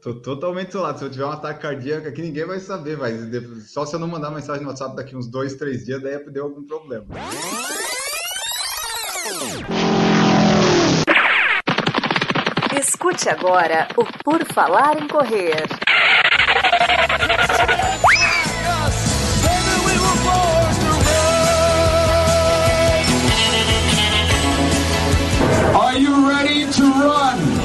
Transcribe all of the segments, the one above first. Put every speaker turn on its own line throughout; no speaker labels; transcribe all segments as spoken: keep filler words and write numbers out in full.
Tô totalmente isolado. Se eu tiver um ataque cardíaco aqui, ninguém vai saber, vai. Só se eu não mandar mensagem no WhatsApp daqui uns dois, três dias, daí deu algum problema.
Escute agora o Por Falar em Correr.
Are you ready to run?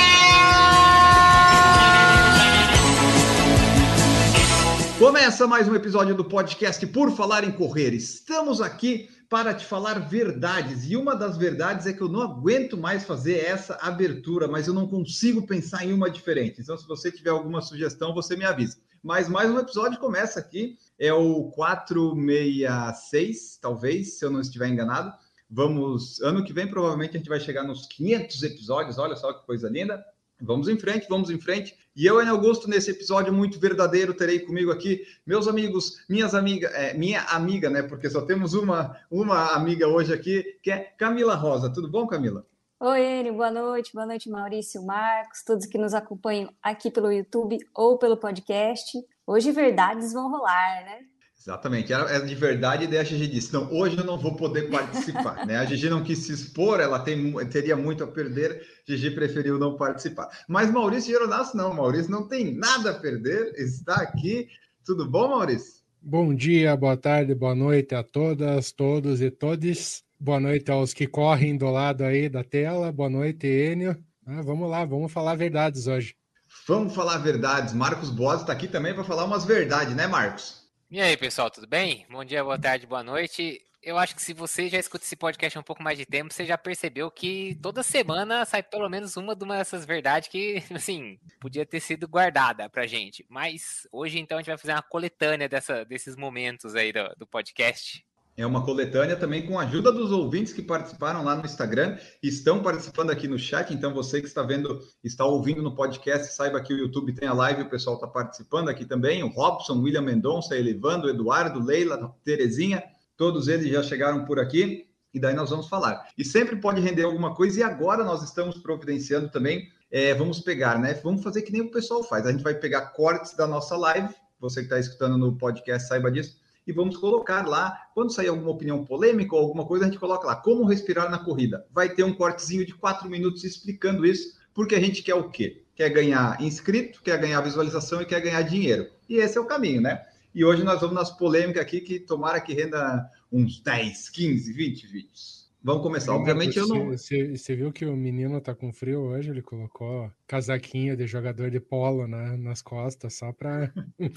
Começa mais um episódio do podcast Por Falar em Correr. Estamos aqui para te falar verdades. E uma das verdades é que eu não aguento mais fazer essa abertura, mas eu não consigo pensar em uma diferente. Então, se você tiver alguma sugestão, você me avisa. Mas mais um episódio começa aqui. É o quatrocentos e sessenta e seis, talvez, se eu não estiver enganado. Vamos, ano que vem, provavelmente, a gente vai chegar nos quinhentos episódios. Olha só que coisa linda. Vamos em frente, vamos em frente. E eu, Enio Augusto, nesse episódio muito verdadeiro, terei comigo aqui meus amigos, minhas amigas, é, minha amiga, né? Porque só temos uma, uma amiga hoje aqui, que é Camila Rosa. Tudo bom, Camila?
Oi, Enio, boa noite. Boa noite, Maurício, Marcos, todos que nos acompanham aqui pelo YouTube ou pelo podcast. Hoje verdades vão rolar, né?
Exatamente, era de verdade, e daí a Gigi disse, não, hoje eu não vou poder participar, né? A Gigi não quis se expor, ela tem, teria muito a perder, Gigi preferiu não participar. Mas Maurício Geronasso não, Maurício não tem nada a perder, está aqui. Tudo bom, Maurício?
Bom dia, boa tarde, boa noite a todas, todos e todes. Boa noite aos que correm do lado aí da tela, boa noite, Enio. Ah, vamos lá, vamos falar verdades hoje.
Vamos falar verdades, Marcos Boas está aqui também para falar umas verdades, né, Marcos?
E aí, pessoal, tudo bem? Bom dia, boa tarde, boa noite. Eu acho que se você já escuta esse podcast há um pouco mais de tempo, você já percebeu que toda semana sai pelo menos uma de uma dessas verdades que, assim, podia ter sido guardada pra gente. Mas hoje, então, a gente vai fazer uma coletânea dessa, desses momentos aí do, do podcast.
É uma coletânea também com a ajuda dos ouvintes que participaram lá no Instagram, estão participando aqui no chat, então você que está vendo, está ouvindo no podcast, saiba que o YouTube tem a live, o pessoal está participando aqui também, o Robson, William Mendonça, Elevando, Eduardo, Leila, Terezinha, todos eles já chegaram por aqui, e daí nós vamos falar. E sempre pode render alguma coisa, e agora nós estamos providenciando também, é, vamos pegar, né? Vamos fazer que nem o pessoal faz, a gente vai pegar cortes da nossa live, você que está escutando no podcast saiba disso, e vamos colocar lá, quando sair alguma opinião polêmica ou alguma coisa, a gente coloca lá, como respirar na corrida. Vai ter um cortezinho de quatro minutos explicando isso, porque a gente quer o quê? Quer ganhar inscrito, quer ganhar visualização e quer ganhar dinheiro. E esse é o caminho, né? E hoje nós vamos nas polêmicas aqui, que tomara que renda uns dez, quinze, vinte vídeos. Vamos começar. Obviamente eu não...
Você, você viu que o menino tá com frio hoje? Ele colocou casaquinho de jogador de polo, né, nas costas, só pra...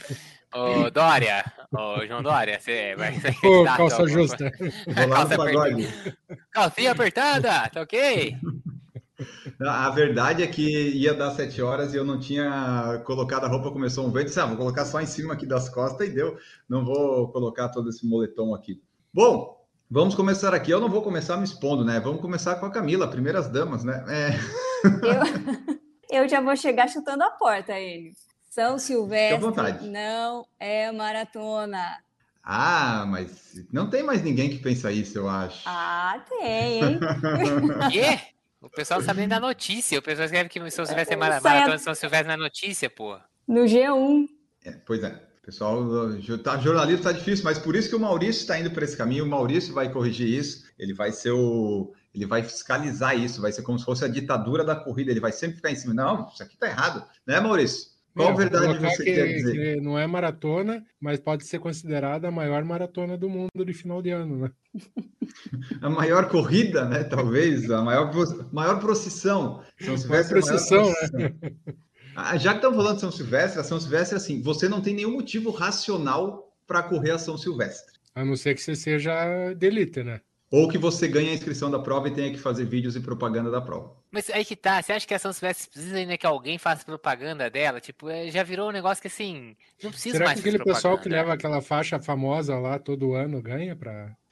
Ô, Dória, ô, João Dória, você vai...
Ô, calça justa.
Vou lá no pagode.
Calcinha apertada, tá ok?
A verdade é que ia dar sete horas e eu não tinha colocado a roupa, começou um vento, disse, ah, vou colocar só em cima aqui das costas e deu. Não vou colocar todo esse moletom aqui. Bom... Vamos começar aqui. Eu não vou começar me expondo, né? Vamos começar com a Camila, primeiras damas, né?
É... Eu, eu já vou chegar chutando a porta, ele. São Silvestre não é maratona.
Ah, mas não tem mais ninguém que pensa isso, eu acho.
Ah, tem, hein?
Quê? O pessoal sabe nem da notícia. O pessoal escreve que São Silvestre é maratona de São Silvestre na notícia, pô.
No G um.
É, pois é. Pessoal, tá, jornalismo está difícil, mas por isso que o Maurício está indo para esse caminho. O Maurício vai corrigir isso. Ele vai ser o, ele vai fiscalizar isso. Vai ser como se fosse a ditadura da corrida. Ele vai sempre ficar em cima. Não, isso aqui está errado, né, Maurício? Qual é, verdade você
que,
quer dizer?
Que não é maratona, mas pode ser considerada a maior maratona do mundo de final de ano, né?
A maior corrida, né? Talvez a maior maior procissão.
São Silvestre, maior procissão, maior procissão, né?
Já que estamos falando de São Silvestre, a São Silvestre é assim, você não tem nenhum motivo racional para correr a São Silvestre.
A não ser que você seja de elite, né?
Ou que você ganhe a inscrição da prova e tenha que fazer vídeos e propaganda da prova.
Mas aí que tá, você acha que a São Silvestre precisa ainda que alguém faça propaganda dela? Tipo, já virou um negócio que assim, não precisa
Será
mais
que aquele
propaganda.
Pessoal que leva aquela faixa famosa lá todo ano ganha para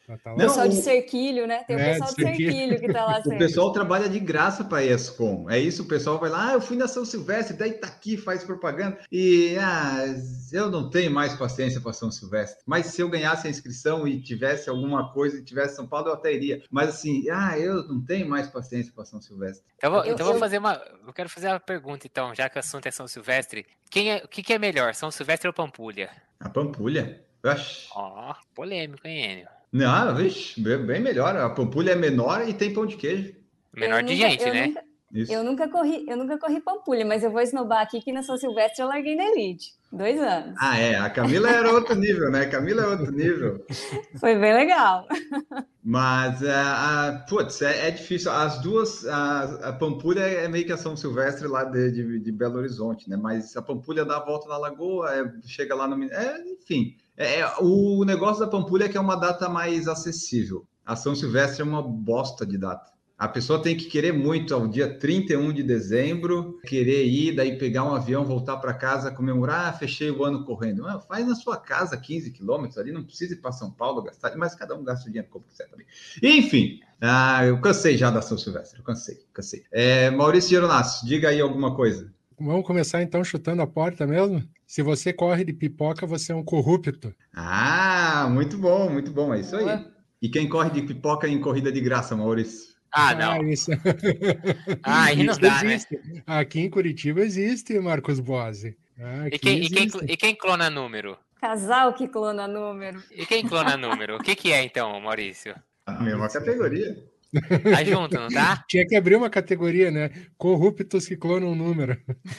Tá
O
Não,
pessoal de
o-
Cerquilho, né? Tem o
É,
pessoal
de
de
Cerquilho.
Cerquilho que tá lá
O
sempre.
pessoal trabalha de graça para a ESCOM. É isso, o pessoal vai lá, ah, eu fui na São Silvestre, daí tá aqui, faz propaganda. E ah, eu não tenho mais paciência para São Silvestre. Mas se eu ganhasse a inscrição e tivesse alguma coisa e tivesse São Paulo, eu até iria. Mas assim, ah, eu não tenho mais paciência para São Silvestre.
Então, vou,
Eu-
então vou
eu-
fazer uma. Eu quero fazer uma pergunta, então, já que o assunto é São Silvestre. Quem é, o que, que é melhor, São Silvestre ou Pampulha?
A Pampulha? Oxi.
Ó, polêmico, hein, Enio?
Não, vixe, bem bem melhor. A Pampulha é menor e tem pão de queijo.
Menor
eu
de
nunca-
gente,
eu
né?
Nunca,
Isso.
eu nunca corri, eu nunca corri Pampulha, mas eu vou esnobar aqui que na São Silvestre eu larguei na Elite. Dois anos.
Ah, é. A Camila era outro nível, né? A Camila é outro nível.
Foi bem legal.
Mas, a, a, putz, é, é difícil. As duas, a, a Pampulha é meio que a São Silvestre lá de, de, de Belo Horizonte, né? Mas a Pampulha dá a volta na Lagoa, é, chega lá no... É, enfim, é, o negócio da Pampulha é que é uma data mais acessível. A São Silvestre é uma bosta de data. A pessoa tem que querer muito ao dia trinta e um de dezembro, querer ir, daí pegar um avião, voltar para casa, comemorar, ah, fechei o ano correndo. Não, faz na sua casa quinze quilômetros ali, não precisa ir para São Paulo gastar, mas cada um gasta o dinheiro como quiser também. Enfim, ah, eu cansei já da São Silvestre, eu cansei, cansei. É, Maurício Geronasso, diga aí alguma coisa.
Vamos começar então chutando a porta mesmo? Se você corre de pipoca, você é um corrupto.
Ah, muito bom, muito bom, é isso aí.
Boa.
E quem corre de pipoca em corrida de graça, Maurício?
Ah, não.
isso,
Ah, aí não
isso
dá, né?
existe. Aqui em Curitiba existe, Marcos Bose. Aqui
E quem, e, quem,
existe.
e quem clona número?
Casal que clona número.
E quem clona número? O que, que é, então, Maurício?
A mesma categoria.
Tá junto, não tá?
Tinha que abrir uma categoria, né? Corruptos que clonam um número.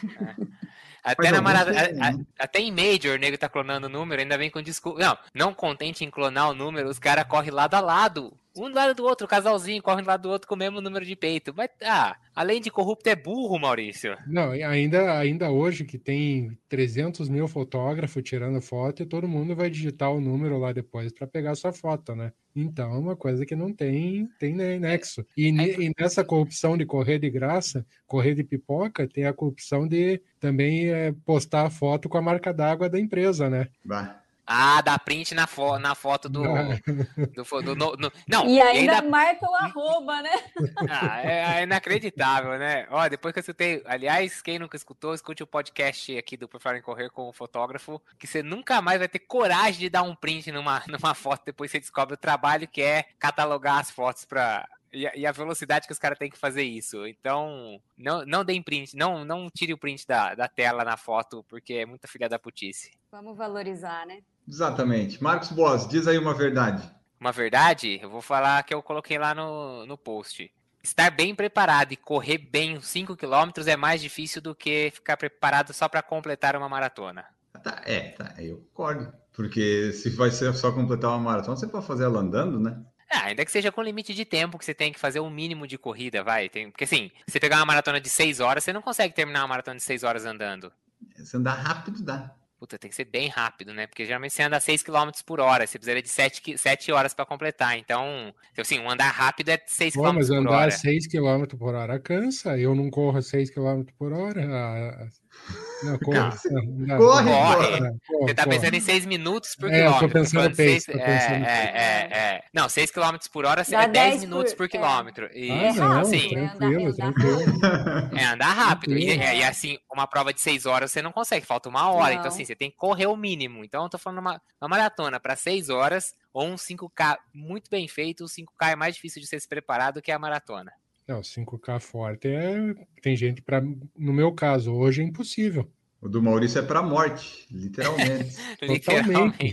Até,
Mas
na
alguns
marada,
tem,
a- a-
né?
até em Major, o nego tá clonando o número, ainda vem com desculpa. Não, não contente em clonar o número, os caras correm lado a lado. Um do lado do outro, o casalzinho corre do lado do outro com o mesmo número de peito. Mas, ah, além de corrupto, é burro, Maurício.
Não, e ainda, ainda hoje que tem trezentos mil fotógrafos tirando foto e todo mundo vai digitar o número lá depois para pegar sua foto, né? Então é uma coisa que não tem, tem ne- nexo. E, ne- e nessa corrupção de correr de graça, correr de pipoca, tem a corrupção de também é, postar a foto com a marca d'água da empresa, né?
Vai.
Ah, dá print na, fo na foto do. do, fo- do no- no- não,
E ainda,
ainda-
marca o arroba, né?
Ah, é, é inacreditável, né? Ó, depois que eu escutei. Aliás, quem nunca escutou, escute o podcast aqui do Por Falar em Correr com o fotógrafo, que você nunca mais vai ter coragem de dar um print numa, numa foto depois você descobre o trabalho que é catalogar as fotos para. E a, e a velocidade que os caras têm que fazer isso. Então, não, não deem print, não, não tire o print da, da tela na foto, porque é muita filha da putice.
Vamos valorizar, né?
Exatamente. Marcos Boas, diz aí uma verdade.
Uma verdade, eu vou falar que eu coloquei lá no, no post. Estar bem preparado e correr bem os cinco quilômetros é mais difícil do que ficar preparado só para completar uma maratona.
Tá, é, tá, eu concordo. Porque se vai ser só completar uma maratona, você pode fazer ela andando, né?
Ah, ainda que seja com limite de tempo, que você tem que fazer o mínimo de corrida, vai. Tem, porque assim, se você pegar uma maratona de seis horas, você não consegue terminar uma maratona de seis horas andando.
Se andar rápido, dá.
Puta, tem que ser bem rápido, né? Porque geralmente você anda seis quilômetros por hora, você precisaria de sete horas para completar. Então, assim, um andar rápido é seis
Pô,
quilômetros
mas
por
andar
hora.
seis quilômetros por hora cansa. Eu não corro seis quilômetros por hora. Ah, não, corro.
Não.
Não,
Corre,
Corre.
Não, corro,
Você tá
corro.
pensando em seis minutos por
É, eu tô
quilômetro.
pensando
falando
pace,
seis-
tô
é,
pensando em
é, é, é. Não, seis quilômetros por hora
Dá
é dez
dez
minutos
por-
por
é.
quilômetro.
Ah,
Isso,
não,
assim,
tranquilo,
É andar- é
tranquilo.
é andar rápido. E,
Tranquilo.
é, e assim, uma prova de seis horas você não consegue, falta uma hora.
Não.
Então, assim, você tem que correr o mínimo. Então, eu tô falando uma, uma maratona para seis horas ou um cinco K muito bem feito. O cinco K é mais difícil de ser se preparar do que a maratona.
Não, cinco K forte é. Tem gente para. No meu caso, hoje é impossível.
O do Maurício é pra morte, literalmente.
Literalmente.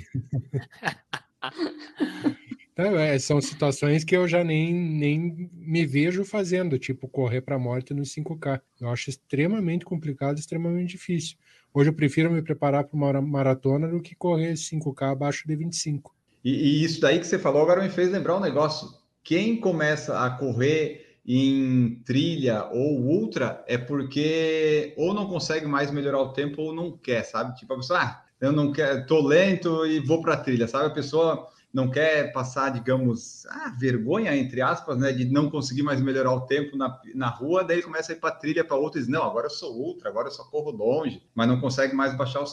Então, é, são situações que eu já nem, nem me vejo fazendo, tipo correr para a morte no cinco K. Eu acho extremamente complicado, extremamente difícil. Hoje eu prefiro me preparar para uma maratona do que correr cinco K abaixo de vinte e cinco.
E, e isso daí que você falou agora me fez lembrar um negócio. Quem começa a correr em trilha ou ultra é porque ou não consegue mais melhorar o tempo ou não quer, sabe? Tipo, a pessoa, ah, eu não quero, tô lento e vou para a trilha, sabe? A pessoa não quer passar, digamos, ah, vergonha, entre aspas, né, de não conseguir mais melhorar o tempo na, na rua, daí ele começa a ir para trilha, para outra e diz, não, agora eu sou ultra, agora eu só corro longe, mas não consegue mais baixar os tempos.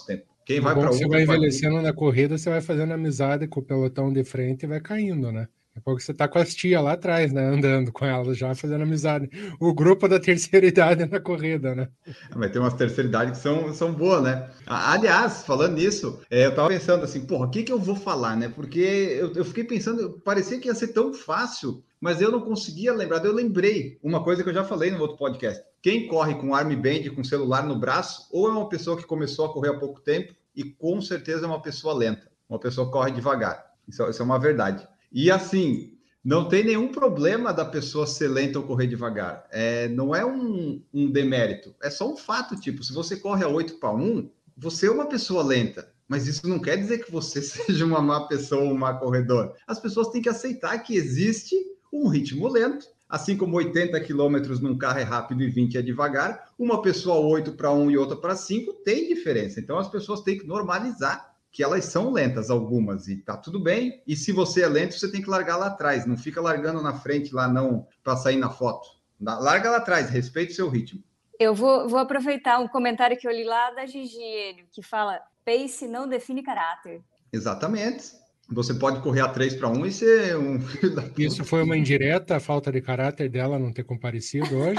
Quem vai para
você vai envelhecendo na corrida, você vai fazendo amizade com o pelotão de frente e vai caindo, né? Daqui a pouco você tá com as tia lá atrás, né? Andando com elas já, fazendo amizade. O grupo da terceira idade na corrida, né?
Vai ter umas terceira idade que são, são boas, né? Aliás, falando nisso, é, eu tava pensando assim, porra, o que que eu vou falar, né? Porque eu, eu fiquei pensando, parecia que ia ser tão fácil, mas eu não conseguia lembrar. Eu lembrei uma coisa que eu já falei no outro podcast. Quem corre com armband, com celular no braço, ou é uma pessoa que começou a correr há pouco tempo e com certeza é uma pessoa lenta. Uma pessoa que corre devagar. Isso, isso é uma verdade. E assim, não tem nenhum problema da pessoa ser lenta ou correr devagar. É, não é um, um demérito. É só um fato, tipo, se você corre a oito para um, você é uma pessoa lenta. Mas isso não quer dizer que você seja uma má pessoa ou um má corredor. As pessoas têm que aceitar que existe um ritmo lento. Assim como oitenta quilômetros num carro é rápido e vinte é devagar, uma pessoa oito para um e outra para cinco tem diferença. Então as pessoas têm que normalizar que elas são lentas, algumas, e tá tudo bem. E se você é lento, você tem que largar lá atrás. Não fica largando na frente lá, não, para sair na foto. Larga lá atrás, respeite o seu ritmo.
Eu vou, vou aproveitar um comentário que eu li lá da Gigi, ele, que fala, pace não define caráter.
Exatamente. Você pode correr a três para um e ser um filho da puta.
Isso foi uma indireta, a falta de caráter dela não ter comparecido hoje?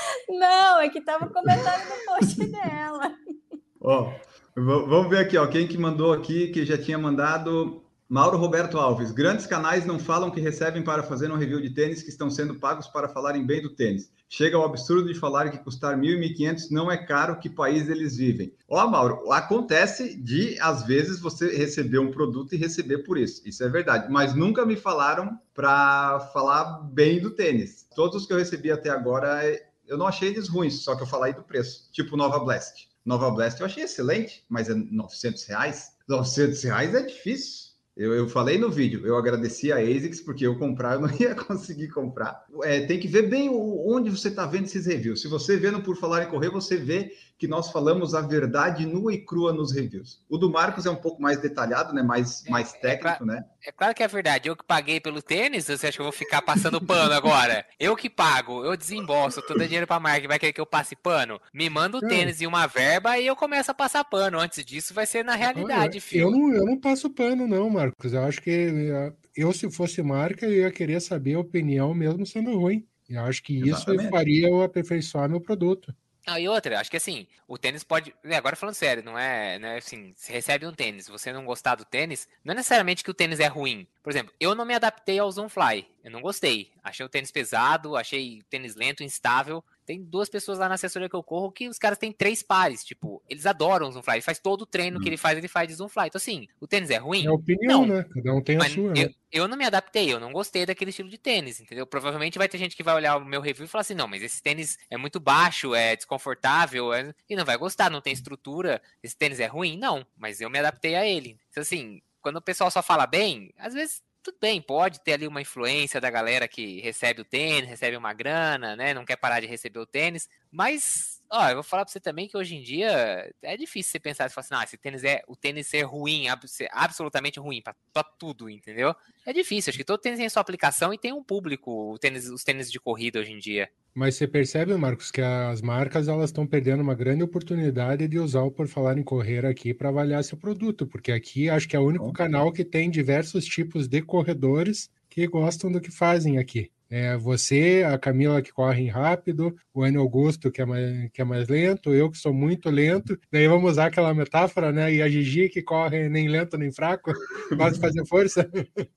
Não, é que tava comentário no post dela.
Ó, vamos ver aqui, ó, quem que mandou aqui, que já tinha mandado... Mauro Roberto Alves. Grandes canais não falam que recebem para fazer um review de tênis que estão sendo pagos para falarem bem do tênis. Chega ao absurdo de falar que custar mil e mil e quinhentos não é caro, que país eles vivem. Ó, Mauro, acontece de, às vezes, você receber um produto e receber por isso. Isso é verdade. Mas nunca me falaram para falar bem do tênis. Todos os que eu recebi até agora, eu não achei eles ruins, só que eu falei do preço. Tipo Nova Blast. Nova Blast eu achei excelente, mas é novecentos reais. novecentos reais é difícil. Eu, eu falei no vídeo, eu agradeci a ASICS, porque eu comprar, eu não ia conseguir comprar. É, tem que ver bem onde você está vendo esses reviews. Se você vendo por falar em correr, você vê que nós falamos a verdade nua e crua nos reviews. O do Marcos é um pouco mais detalhado, né? Mais,
é,
mais técnico,
é claro,
né?
É claro que é verdade. Eu que paguei pelo tênis, você acha que eu vou ficar passando pano agora? Eu que pago, eu desembolso, tô dando dinheiro pra marca, vai querer que eu passe pano? Me manda o tênis e uma verba e eu começo a passar pano. Antes disso vai ser na realidade, filho.
Eu não, eu não passo pano, não, Marcos. Eu acho que eu, se fosse marca, eu ia querer saber a opinião mesmo sendo ruim. Eu acho que isso Exatamente. faria eu aperfeiçoar meu produto.
Ah, e outra, acho que assim, o tênis pode... Agora falando sério, não é, não é assim, se recebe um tênis, se você não gostar do tênis, não é necessariamente que o tênis é ruim. Por exemplo, eu não me adaptei ao Zoomfly, eu não gostei. Achei o tênis pesado, achei o tênis lento, instável. Tem duas pessoas lá na assessoria que eu corro que os caras têm três pares, tipo, eles adoram o Zoomfly, ele faz todo o treino hum. que ele faz, ele faz de Zoomfly. Então assim, o tênis é ruim?
É opinião,
não.
né? Cada um tem a sua,
eu,
né?
eu não me adaptei, eu não gostei daquele estilo de tênis, entendeu? Provavelmente vai ter gente que vai olhar o meu review e falar assim, não, mas esse tênis é muito baixo, é desconfortável, é... e não vai gostar, não tem estrutura, esse tênis é ruim? Não, mas eu me adaptei a ele. Então assim, quando o pessoal só fala bem, às vezes... Tudo bem, pode ter ali uma influência da galera que recebe o tênis, recebe uma grana, né? Não quer parar de receber o tênis. Mas, ó, eu vou falar pra você também que hoje em dia é difícil você pensar, você falar assim, ah, esse tênis é, o tênis ser ruim, ser absolutamente ruim pra, pra tudo, entendeu? É difícil, acho que todo tênis tem sua aplicação e tem um público, o tênis, os tênis de corrida hoje em dia.
Mas você percebe, Marcos, que as marcas elas estão perdendo uma grande oportunidade de usar o Por Falar em Correr aqui para avaliar seu produto, porque aqui acho que é o único canal que tem diversos tipos de corredores que gostam do que fazem aqui. É você, a Camila que corre rápido, o Enio Augusto que é, mais, que é mais lento, eu que sou muito lento, daí vamos usar aquela metáfora, né? E a Gigi que corre nem lento nem fraco, gosta de fazer força.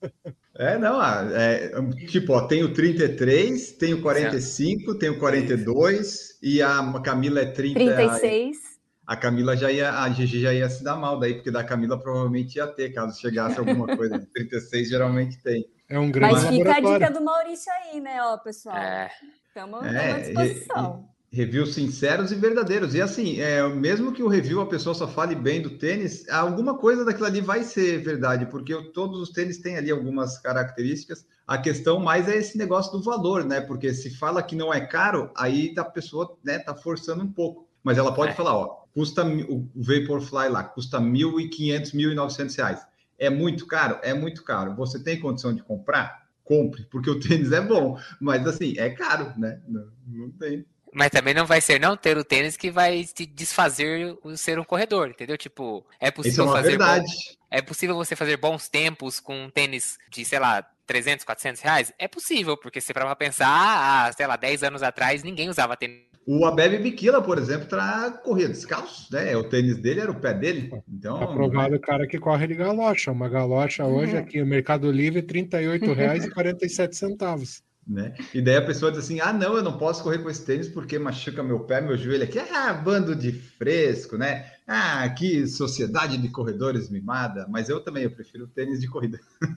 É, não, é, tipo, ó, tem o trinta e três, tem o quarenta e cinco, tem o quarenta e dois e a Camila é trinta,
trinta e seis.
A Camila já ia, a Gigi já ia se dar mal daí, porque da Camila provavelmente ia ter, caso chegasse alguma coisa. trinta e seis geralmente tem.
É um grande
Mas fica
laboratório.
A dica do Maurício aí, né, ó, pessoal?
É.
Estamos
é,
à disposição.
E, e, reviews sinceros e verdadeiros. E assim, é, mesmo que o review a pessoa só fale bem do tênis, alguma coisa daquilo ali vai ser verdade, porque todos os tênis têm ali algumas características. A questão mais é esse negócio do valor, né? Porque se fala que não é caro, aí a pessoa, né, tá forçando um pouco. Mas ela pode é. falar, ó, custa o Vaporfly lá, custa mil e quinhentos, mil e novecentos reais. É muito caro? É muito caro. Você tem condição de comprar? Compre, porque o tênis é bom. Mas, assim, é caro, né? Não, não tem.
Mas também não vai ser não ter o tênis que vai te desfazer o ser um corredor, entendeu? Tipo, é possível
Isso é uma
fazer
verdade.
bom- é possível você fazer bons tempos com um tênis de, sei lá, trezentos, quatrocentos reais? É possível, porque se para pensar, há, sei lá, dez anos atrás, ninguém usava tênis.
O Abebe Bikila, por exemplo, tá corria descalço, né? O tênis dele era o pé dele. Então,
Aprovado o cara que corre de galocha. Uma galocha hoje aqui no Mercado Livre, trinta e oito reais e quarenta e sete centavos.
Né? E daí a pessoa diz assim, ah, não, eu não posso correr com esse tênis porque machuca meu pé, meu joelho aqui. Ah, bando de fresco, né? Ah, que sociedade de corredores mimada. Mas eu também, eu prefiro tênis de corrida.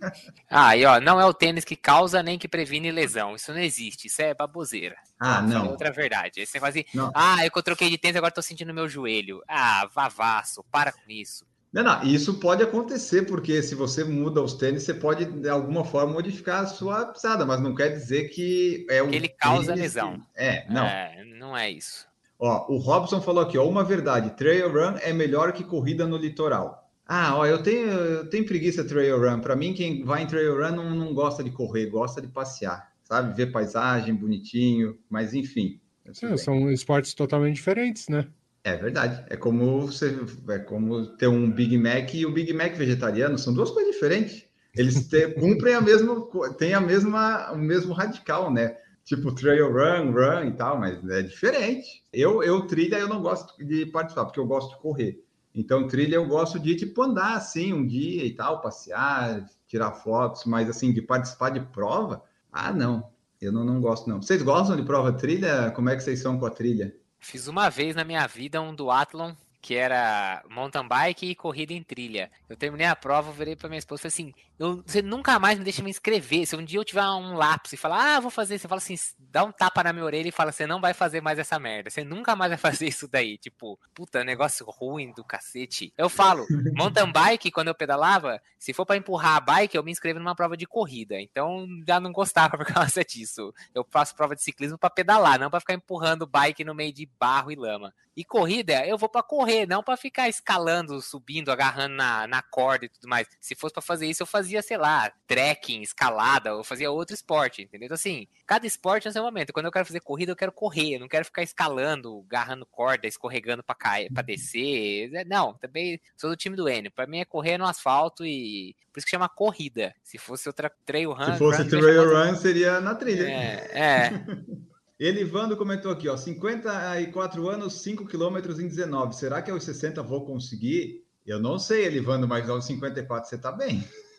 Ah, e ó, não é o tênis que causa nem que previne lesão. Isso não existe, isso é baboseira.
Ah,
Falei
não.
outra verdade. Esse negócio assim,
Não.
ah, eu que eu troquei de tênis, agora tô sentindo meu joelho. Ah, vavaço, para com isso.
Não, não, isso pode acontecer, porque se você muda os tênis, você pode, de alguma forma, modificar a sua pisada, mas não quer dizer que é o
Que ele causa
tênis
lesão.
que- É, não.
É, não é isso.
Ó, o Robson falou aqui, ó, uma verdade, trail run é melhor que corrida no litoral. Ah, ó, eu tenho, eu tenho preguiça de trail run. Para mim, quem vai em trail run não, não gosta de correr, gosta de passear, sabe? Ver paisagem bonitinho, mas enfim.
Sim, são esportes totalmente diferentes, né?
É verdade. É como você, é como ter um Big Mac e o Big Mac vegetariano, são duas coisas diferentes. Eles te, cumprem a mesma, tem a mesma, o mesmo radical, né? Tipo trail run, run e tal, mas é diferente. Eu, eu trilha, eu não gosto de participar, porque eu gosto de correr. Então, trilha eu gosto de, tipo, andar assim um dia e tal, passear, tirar fotos, mas assim, de participar de prova, ah, não. Eu não, não gosto, não. Vocês gostam de prova trilha? Como é que vocês são com a trilha?
Fiz uma vez na minha vida um duatlon que era mountain bike e corrida em trilha. Eu terminei a prova, eu virei pra minha esposa e falei assim, eu, você nunca mais me deixa me inscrever. Se um dia eu tiver um lapso e falar, ah, vou fazer, você fala assim, dá um tapa na minha orelha e fala, você não vai fazer mais essa merda. Você nunca mais vai fazer isso daí. Tipo, puta, negócio ruim do cacete. Eu falo, mountain bike, quando eu pedalava, se for pra empurrar a bike, eu me inscrevo numa prova de corrida. Então, já não gostava por causa disso. Eu faço prova de ciclismo pra pedalar, não pra ficar empurrando bike no meio de barro e lama. E corrida, eu vou pra correr, não pra ficar escalando, subindo, agarrando na, na corda e tudo mais. Se fosse pra fazer isso, eu fazia, sei lá, trekking, escalada, eu fazia outro esporte, entendeu? Então, assim, cada esporte é o seu momento. Quando eu quero fazer corrida, eu quero correr, eu não quero ficar escalando, agarrando corda, escorregando pra cair, pra descer. Não, também sou do time do Enio. Pra mim é correr no asfalto e... Por isso que chama corrida. Se fosse outra trail run...
Se fosse
run,
trail run, seria na trilha.
É, é.
Elivando comentou aqui, ó, cinquenta e quatro anos, cinco quilômetros em dezenove. Será que aos sessenta vou conseguir? Eu não sei, Elivando, mas aos cinquenta e quatro você tá bem.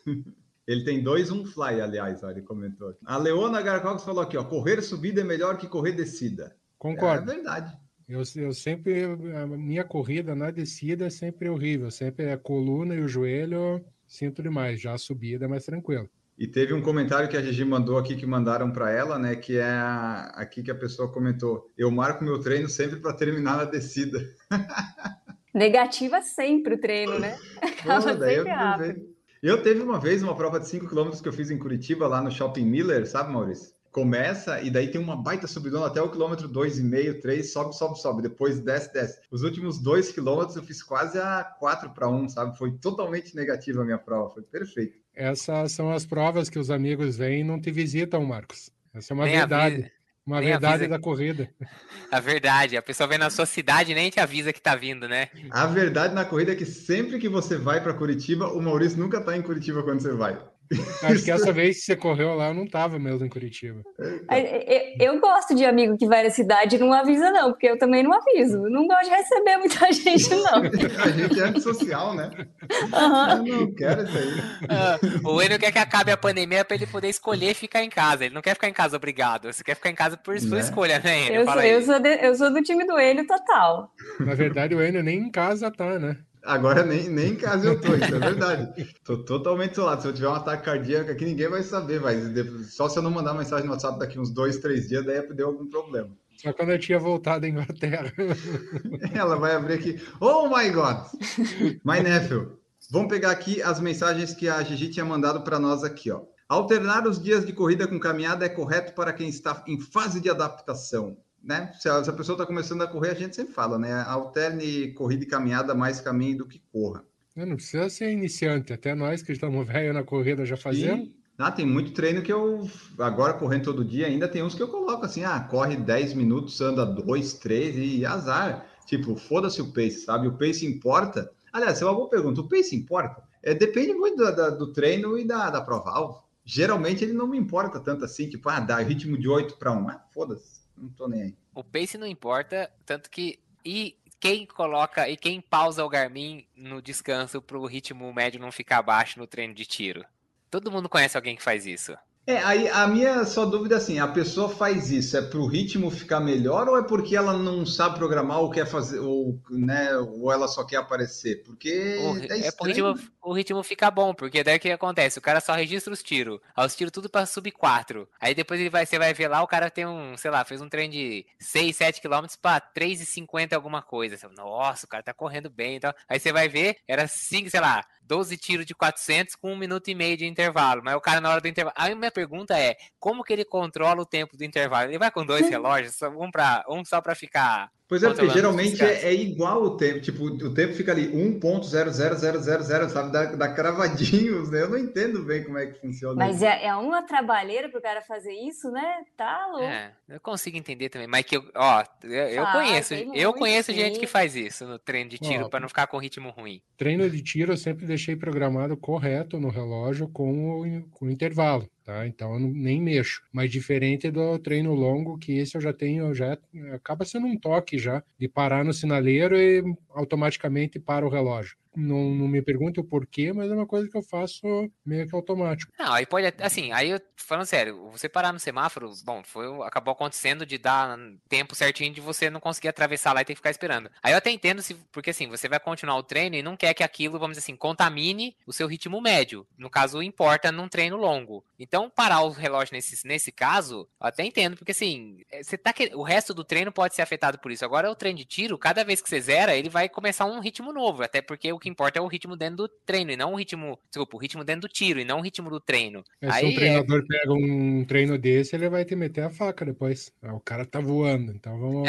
Ele tem dois, um fly, aliás, ó, ele comentou aqui. A Leona Garcogos falou aqui, ó, correr subida é melhor que correr descida.
Concordo.
É verdade.
Eu, eu sempre, a minha corrida na descida é sempre horrível, sempre é a coluna e o joelho, sinto demais, já a subida é mais tranquilo.
E teve um comentário que a Gigi mandou aqui, que mandaram para ela, né? Que é a, aqui que a pessoa comentou. Eu marco meu treino sempre para terminar na descida.
Negativa sempre o treino, né?
Pô, daí eu,
sempre rápido.
eu teve uma vez uma prova de cinco quilômetros que eu fiz em Curitiba, lá no Shopping Miller, sabe, Maurício? Começa e daí tem uma baita subidona até o quilômetro dois e meio, três, sobe, sobe, sobe, depois desce, desce. Os últimos dois quilômetros eu fiz quase a quatro para um, sabe? Foi totalmente negativa a minha prova, foi perfeito.
Essas são as provas que os amigos vêm e não te visitam, Marcos. Essa é uma
Nem
verdade.
avisa,
uma
nem
verdade
avisa.
da corrida.
A verdade, a pessoa vem na sua cidade e nem te avisa que tá vindo, né?
A verdade na corrida é que sempre que você vai para Curitiba, o Maurício nunca tá em Curitiba quando você vai.
Acho que essa vez que você correu lá, eu não estava mesmo em Curitiba.
Eu, eu gosto de amigo que vai na cidade e não avisa, não, porque eu também não aviso. Eu não gosto de receber muita gente, não.
A gente é antissocial, né?
Uhum.
Eu não quero isso aí.
Ah, o Enio quer que acabe a pandemia para ele poder escolher ficar em casa. Ele não quer ficar em casa obrigado. Você quer ficar em casa por, por
Né?
escolha, né, Enio?
Eu,
Fala
sou,
aí.
eu, sou de- eu sou do time do Enio total.
Na verdade, o Enio nem em casa tá, né?
Agora nem, nem em casa eu tô, isso é verdade. Tô totalmente isolado. Se eu tiver um ataque cardíaco aqui, ninguém vai saber, mas só se eu não mandar mensagem no WhatsApp daqui uns dois, três dias, daí deu algum problema.
Só quando eu tinha voltado à Inglaterra.
Ela vai abrir aqui. Oh my God! My nephew. Vamos pegar aqui as mensagens que a Gigi tinha mandado para nós aqui, ó. Alternar os dias de corrida com caminhada é correto para quem está em fase de adaptação, né? Se a, se a pessoa está começando a correr, a gente sempre fala, né? Alterne corrida e caminhada, mais caminho do que corra.
Não precisa ser iniciante. Até nós que estamos velhos na corrida já fazemos.
Sim, Ah, tem muito treino que eu, agora correndo todo dia, ainda tem uns que eu coloco assim, ah, corre dez minutos, anda dois, três e azar. Tipo, foda-se o pace, sabe? O pace importa. Aliás, essa é uma boa pergunta. O pace importa? É, depende muito da, da, do treino e da, da prova-alvo. Geralmente ele não me importa tanto assim, tipo, ah, dá ritmo de oito para um. Ah, foda-se, não tô nem aí.
O pace não importa, tanto que... E quem coloca e quem pausa o Garmin no descanso para o ritmo médio não ficar baixo no treino de tiro? Todo mundo conhece alguém que faz isso.
É, aí a minha só dúvida é assim, a pessoa faz isso, é para o ritmo ficar melhor ou é porque ela não sabe programar ou quer fazer, ou, né, ou ela só quer aparecer? Porque
O,
é
é pro ritmo, o ritmo fica bom, porque daí o que acontece? O cara só registra os tiros, aí os tiros tudo para sub quatro. Aí depois ele vai, você vai ver lá, o cara tem um, sei lá, fez um treino de seis, sete quilômetros para três e cinquenta alguma coisa. Nossa, o cara tá correndo bem, então. Aí você vai ver, era cinco, sei lá, doze tiros de quatrocentos com um minuto e meio de intervalo. Mas o cara na hora do intervalo... Aí minha pergunta é, como que ele controla o tempo do intervalo? Ele vai com dois relógios, um, pra, um só para ficar...
Pois é, porque geralmente é, é igual o tempo, tipo, o tempo fica ali um ponto zero zero zero zero zero, sabe, dá, dá cravadinhos, né? Eu não entendo bem como é que funciona.
Mas é, é uma trabalheira pro cara fazer isso, né? Tá louco.
É, eu consigo entender também, mas que eu, ó, eu, eu
Ah,
conheço,
tem
eu
muito,
conheço
sim.
gente que faz isso no treino de tiro
Ó,
para não ficar com ritmo ruim.
Treino de tiro eu sempre deixei programado correto no relógio com o, com o intervalo, tá? Então eu não, nem mexo. Mas diferente do treino longo, que esse eu já tenho, já acaba sendo um toque já, de parar no sinaleiro e automaticamente para o relógio. Não, não me pergunte o porquê, mas é uma coisa que eu faço meio que automático.
Não, aí pode, assim, aí eu, falando sério, você parar no semáforo, bom, foi, acabou acontecendo de dar tempo certinho de você não conseguir atravessar lá e ter que ficar esperando. Aí eu até entendo, se, porque assim, você vai continuar o treino e não quer que aquilo, vamos dizer assim, contamine o seu ritmo médio. No caso, importa num treino longo. Então, parar o relógio nesse, nesse caso, eu até entendo, porque assim, você tá, o resto do treino pode ser afetado por isso. Agora, o treino de tiro, cada vez que você zera, ele vai começar um ritmo novo, até porque o que importa é o ritmo dentro do treino, e não o ritmo, desculpa, o ritmo dentro do tiro, e não o ritmo do treino.
É, se
Aí
um treinador
é...
pega um treino desse, ele vai te meter a faca depois. Ah, o cara tá voando, então vamos...
É,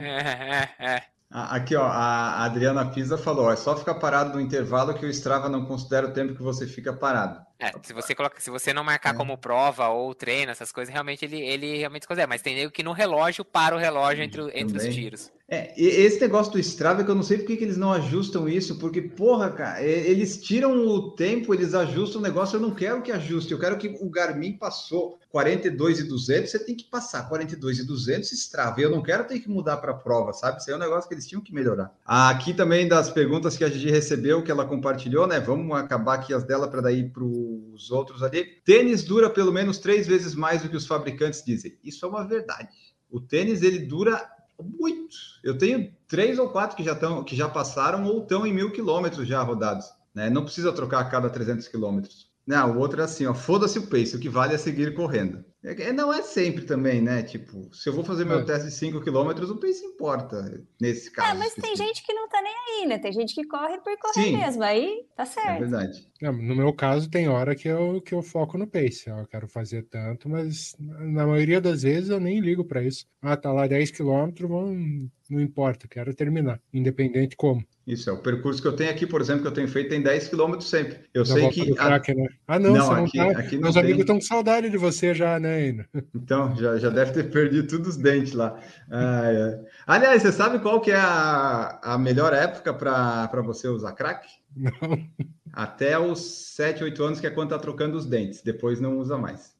é, é, é.
Aqui, ó, a Adriana Pisa falou, ó, é só ficar parado no intervalo que o Strava não considera o tempo que você fica parado.
É, se você coloca, se você não marcar é. como prova ou treino, essas coisas, realmente ele, ele realmente considera. Mas tem nego que no relógio para o relógio entre, entre os tiros.
É, esse negócio do Strava é que eu não sei por que eles não ajustam isso, porque, porra, cara, eles tiram o tempo, eles ajustam o negócio, eu não quero que ajuste, eu quero que o Garmin passou quarenta e dois e duzentos, você tem que passar quarenta e dois e duzentos Strava, eu não quero ter que mudar para a prova, sabe? Isso aí é um negócio que eles tinham que melhorar. Aqui também das perguntas que a Gigi recebeu, que ela compartilhou, né? Vamos acabar aqui as dela para daí para os outros ali. Tênis dura pelo menos três vezes mais do que os fabricantes dizem. Isso é uma verdade. O tênis, ele dura muito. Eu tenho três ou quatro que já, tão, que já passaram ou estão em mil quilômetros já rodados. Né? Não precisa trocar a cada trezentos quilômetros. Não, o outro é assim, ó, foda-se o pace, o que vale é seguir correndo. É, não é sempre também, né? Tipo, se eu vou fazer meu é. teste de cinco quilômetros, o pace importa, nesse caso.
É, mas tem gente que não tá nem aí, né? Tem gente que corre por correr Sim, mesmo, aí tá certo.
É verdade.
É, no meu caso, tem hora que eu, que eu foco no pace. Eu quero fazer tanto, mas na maioria das vezes eu nem ligo para isso. Ah, tá lá dez quilômetros, não, não importa, quero terminar, independente como.
Isso, é o percurso que eu tenho aqui, por exemplo, que eu tenho feito tem dez quilômetros sempre. Eu
da
sei que...
A... Crack, né? Ah, não,
não,
você não
aqui,
tá...
aqui não
Meus
tem.
amigos estão com saudade de você já, né, Ina?
Então, já, já deve ter perdido todos os dentes lá. Ah, é. Aliás, você sabe qual que é a, a melhor época para você usar crack?
Não.
Até os sete, oito anos, que é quando tá trocando os dentes. Depois não usa mais.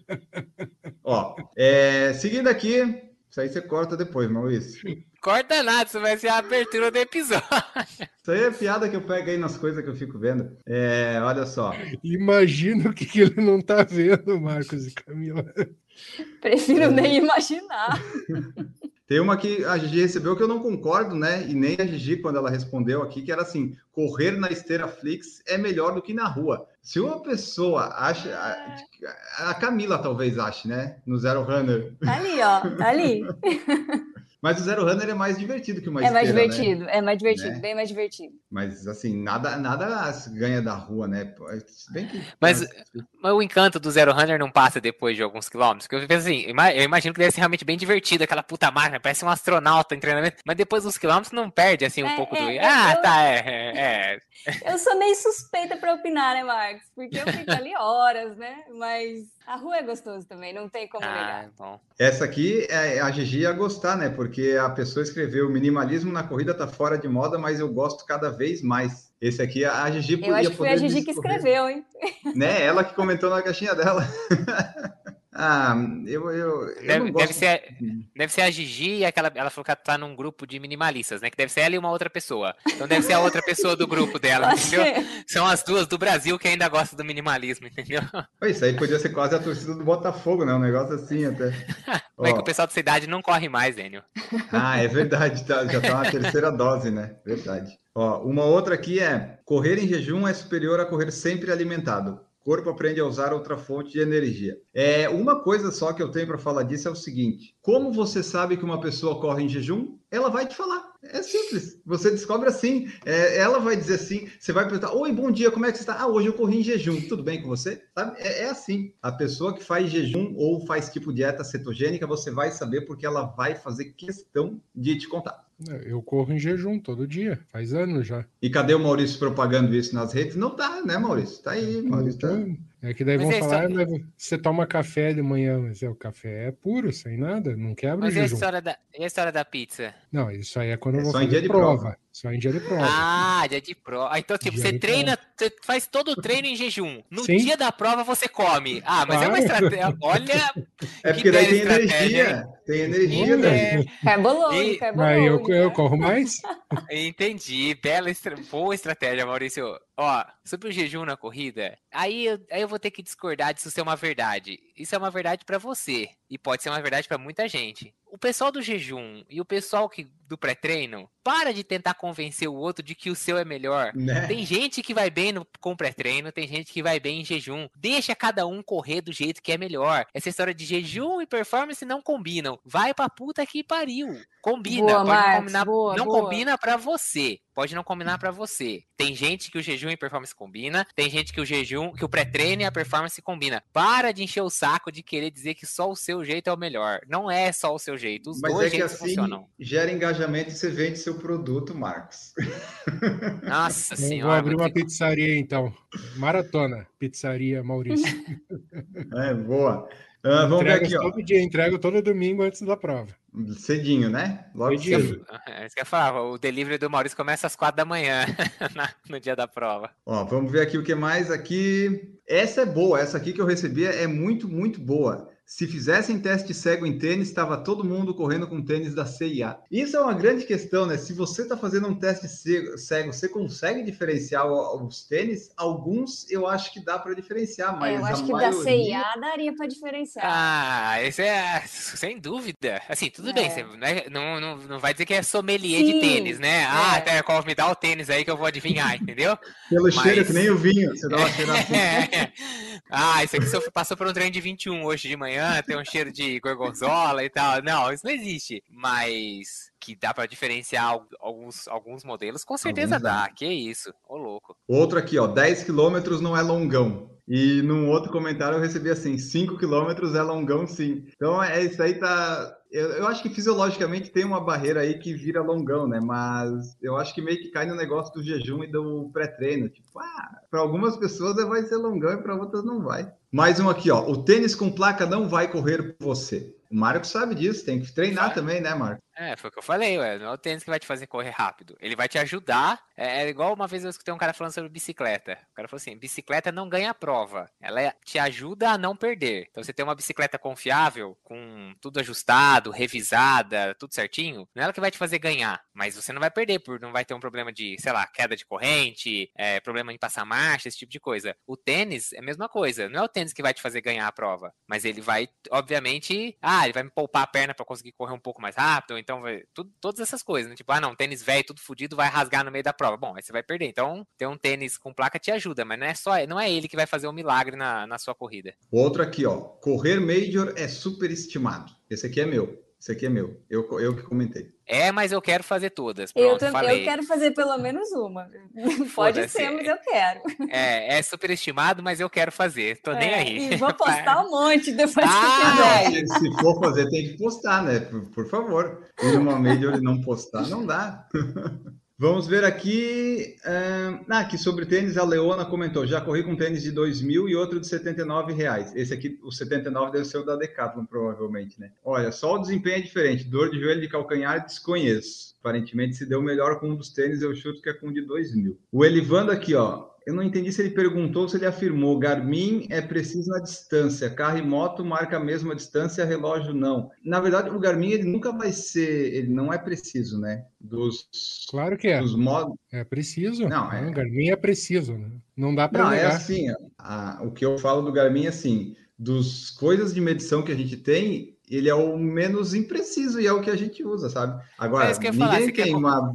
Ó, é, seguindo aqui... Isso aí você corta depois, Maurício.
Corta nada, isso vai ser a abertura do episódio.
Isso aí é piada que eu pego aí nas coisas que eu fico vendo. É, olha só.
Imagina o que, que ele não tá vendo, Marcos e Camila.
Prefiro é. nem imaginar.
Tem uma que a Gigi recebeu que eu não concordo, né? E nem a Gigi, quando ela respondeu aqui, que era assim, correr na esteira Flix é melhor do que na rua. Se uma pessoa acha... A, a Camila talvez ache, né? No Zero Runner.
Tá ali, ó. Tá ali.
Mas o Zero Runner é mais divertido que uma
é
esteira,
mais divertido,
né?
É mais divertido,
né?
Bem mais divertido.
Mas, assim, nada, nada se ganha da rua, né? Se bem que...
Mas, mas o encanto do Zero Runner não passa depois de alguns quilômetros. Porque eu penso assim, eu imagino que deve ser realmente bem divertido, aquela puta máquina, parece um astronauta em treinamento. Mas depois dos quilômetros não perde, assim, um
É,
pouco
é,
do...
eu-
Ah,
eu-
tá, é, é, é.
Eu sou meio suspeita pra opinar, né, Marcos? Porque eu fico ali horas, né? Mas a rua é gostoso também, não tem como
Ah,
negar.
bom.
Essa aqui, é, a Gigi ia gostar, né? Porque a pessoa escreveu: minimalismo na corrida tá fora de moda, mas eu gosto cada vez mais. Esse aqui, a Gigi
Eu
ia
acho que foi a
poder
Gigi que
discorrer,
escreveu, hein?
né? Ela que comentou na caixinha dela. Ah, eu, eu, eu
Deve,
não gosto...
deve, ser, deve ser a Gigi e aquela. Ela falou que ela tá num grupo de minimalistas, né? Que deve ser ela e uma outra pessoa. Então deve ser a outra pessoa do grupo dela,
Pode
entendeu?
ser.
São as duas do Brasil que ainda gostam do minimalismo, entendeu?
Pô, isso aí podia ser quase a torcida do Botafogo, né? Um negócio assim até.
Mas é que
Ó,
o pessoal da cidade não corre mais, Daniel.
ah, é verdade, tá, já tá na terceira dose, né? Verdade. Ó, uma outra aqui é: correr em jejum é superior a correr sempre alimentado. O corpo aprende a usar outra fonte de energia. É, uma coisa só que eu tenho para falar disso é o seguinte: como você sabe que uma pessoa corre em jejum? Ela vai te falar. É simples. Você descobre assim. É, ela vai dizer assim. Você vai perguntar: oi, bom dia, como é que você está? Ah, hoje eu corri em jejum. Tudo bem com você? Sabe? É, é assim. A pessoa que faz jejum ou faz tipo dieta cetogênica, você vai saber porque ela vai fazer questão de te contar.
Eu corro em jejum todo dia, faz anos já.
E cadê o Maurício propagando isso nas redes? Não tá, né, Maurício? Tá aí, Maurício. Tá...
É que daí
Mas
vão
é
falar,
só-
ah, mas você toma café de manhã, mas é, o café é puro, sem nada, não quebra o
Mas e a
jejum.
história da, e a história da pizza?
Não, isso aí é quando
É
eu vou
só em
fazer
dia de
prova.
prova.
Só em dia de prova.
Ah, dia de prova. Então, tipo,
Dia
você
de
treina, você faz todo o treino em jejum. No
Sim.
dia da prova você come. Ah, mas é uma
Claro.
estratégia. Olha,
É
que
porque daí
bela
tem
estratégia,
energia. Tem energia
Bom,
daí.
É,
Carbo load,
E-
carbo
Aí eu,
load,
eu
né?
corro mais.
Entendi. Bela, estra... boa estratégia, Maurício. Ó, sobre o jejum na corrida, aí eu, aí eu vou ter que discordar disso ser uma verdade. Isso é uma verdade pra você e pode ser uma verdade pra muita gente. O pessoal do jejum e o pessoal que, do pré-treino, para de tentar convencer o outro de que o seu é melhor.
Né?
Tem gente que vai bem no, com pré-treino, tem gente que vai bem em jejum. Deixa cada um correr do jeito que é melhor. Essa história de jejum e performance não combinam. Vai pra puta que pariu. Combina,
Boa,
pode não
Marcos,
combinar,
boa,
não
boa.
combina pra você. Pode não combinar pra você. Tem gente que o jejum e performance combina, tem gente que o jejum, que o pré-treino e a performance combina. Para de encher o saco de querer dizer que só o seu jeito é o melhor. Não é só o seu jeito, os
Mas
dois
é que
jeitos
assim
funcionam.
gera engajamento e você vende seu produto, Marcos.
Nossa
Eu vou
senhora,
abrir
vou
uma
ter que-
pizzaria então. Maratona, pizzaria Maurício.
É, boa. Ah, vamos ver
Entrego
aqui, ó.
todo dia, entrego todo domingo antes da prova.
Cedinho, né? Logo
Cedinho.
cedo.
É isso que eu falava, o delivery do Maurício começa às quatro da manhã na- no dia da prova.
Ó, vamos ver aqui o que mais aqui. Essa é boa, essa aqui que eu recebi é muito, muito boa. Se fizessem teste cego em tênis, estava todo mundo correndo com tênis da C e A. Isso é uma grande questão, né? Se você está fazendo um teste cego, cego, você consegue diferenciar o- os tênis? Alguns eu acho que dá para diferenciar, mas
É, eu acho
a
que
maioria...
da C e A daria pra diferenciar.
Ah, isso é sem dúvida. Assim, tudo
É.
bem, você não, é- não, não, não vai dizer que é sommelier de
Sim,
tênis, né? Ah,
é.
Terkov, me dá o tênis aí que eu vou adivinhar, entendeu?
Pelo cheiro,
Mas-
que nem o vinho. Você dá uma cheirada assim.
Ah, isso aqui só passou por um treino de vinte e um hoje de manhã, tem um cheiro de gorgonzola e tal. Não, isso não existe. Mas que dá pra diferenciar al- alguns, alguns modelos, com certeza
Alguns dá.
dá. Que isso, ô louco.
Outro aqui, ó, dez quilômetros não é longão. E num outro comentário eu recebi assim, cinco quilômetros é longão sim. Então é isso aí tá... Eu, eu acho que fisiologicamente tem uma barreira aí que vira longão, né? Mas eu acho que meio que cai no negócio do jejum e do pré-treino. Tipo, ah, para algumas pessoas vai ser longão e para outras não vai. Mais um aqui, ó, o tênis com placa não vai correr por você. O Marco sabe disso, tem que treinar
Vai.
também, né, Marco?
É, foi o que eu falei, ué. Não é o tênis que vai te fazer correr rápido. Ele vai te ajudar. É, é igual uma vez eu escutei um cara falando sobre bicicleta. O cara falou assim: bicicleta não ganha prova. Ela é- te ajuda a não perder. Então, você tem uma bicicleta confiável, com tudo ajustado, revisada, tudo certinho, não é ela que vai te fazer ganhar. Mas você não vai perder, por não vai ter um problema de, sei lá, queda de corrente, é, problema em passar marcha, esse tipo de coisa. O tênis é a mesma coisa. Não é o tênis que vai te fazer ganhar a prova. Mas ele vai, obviamente, ah, ele vai me poupar a perna pra conseguir correr um pouco mais rápido, ou então vai, tudo, todas essas coisas, né? Tipo, ah, não, tênis velho, tudo fodido, vai rasgar no meio da prova. Bom, aí você vai perder. Então, ter um tênis com placa te ajuda, mas não é só, não é ele que vai fazer um milagre na, na sua corrida.
Outro aqui, ó, correr Major é superestimado. Esse aqui é meu. Esse aqui é meu. Eu, eu que comentei.
É, mas eu quero fazer todas.
Eu,
Pronto,
tam-
falei.
eu quero fazer pelo menos uma. Pode
Foda-se.
ser, mas eu quero.
É, é superestimado, mas eu quero fazer. Tô nem
É,
aí.
e vou postar um monte depois
Ah,
que fizer.
Se, se for fazer, tem que postar, né? Por, por favor. Ir numa Major e não postar, não dá. Vamos ver aqui. ah, ah, aqui sobre tênis, a Leona comentou: já corri com tênis de dois mil e outro de setenta e nove reais. Esse aqui, o setenta e nove, deve ser o da Decathlon, provavelmente, né? Olha, só o desempenho é diferente. Dor de joelho de calcanhar, desconheço. Aparentemente, se deu melhor com um dos tênis, eu chuto que é com um de dois mil. O Elivando aqui, ó. Eu não entendi se ele perguntou ou se ele afirmou. Garmin é preciso na distância. Carro e moto marca a mesma distância, relógio não. Na verdade, o Garmin ele nunca vai ser... Ele não é preciso, né? Dos,
Claro que é.
dos modos...
É preciso.
Não, é-
O Garmin é preciso, né? Não dá para
Não, é
negar.
assim, a- o que eu falo do Garmin é assim, dos coisas de medição que a gente tem, ele é o menos impreciso e é o que a gente usa, sabe? Agora,
É isso que eu ia falar,
ninguém
você quer
tem
com-
uma,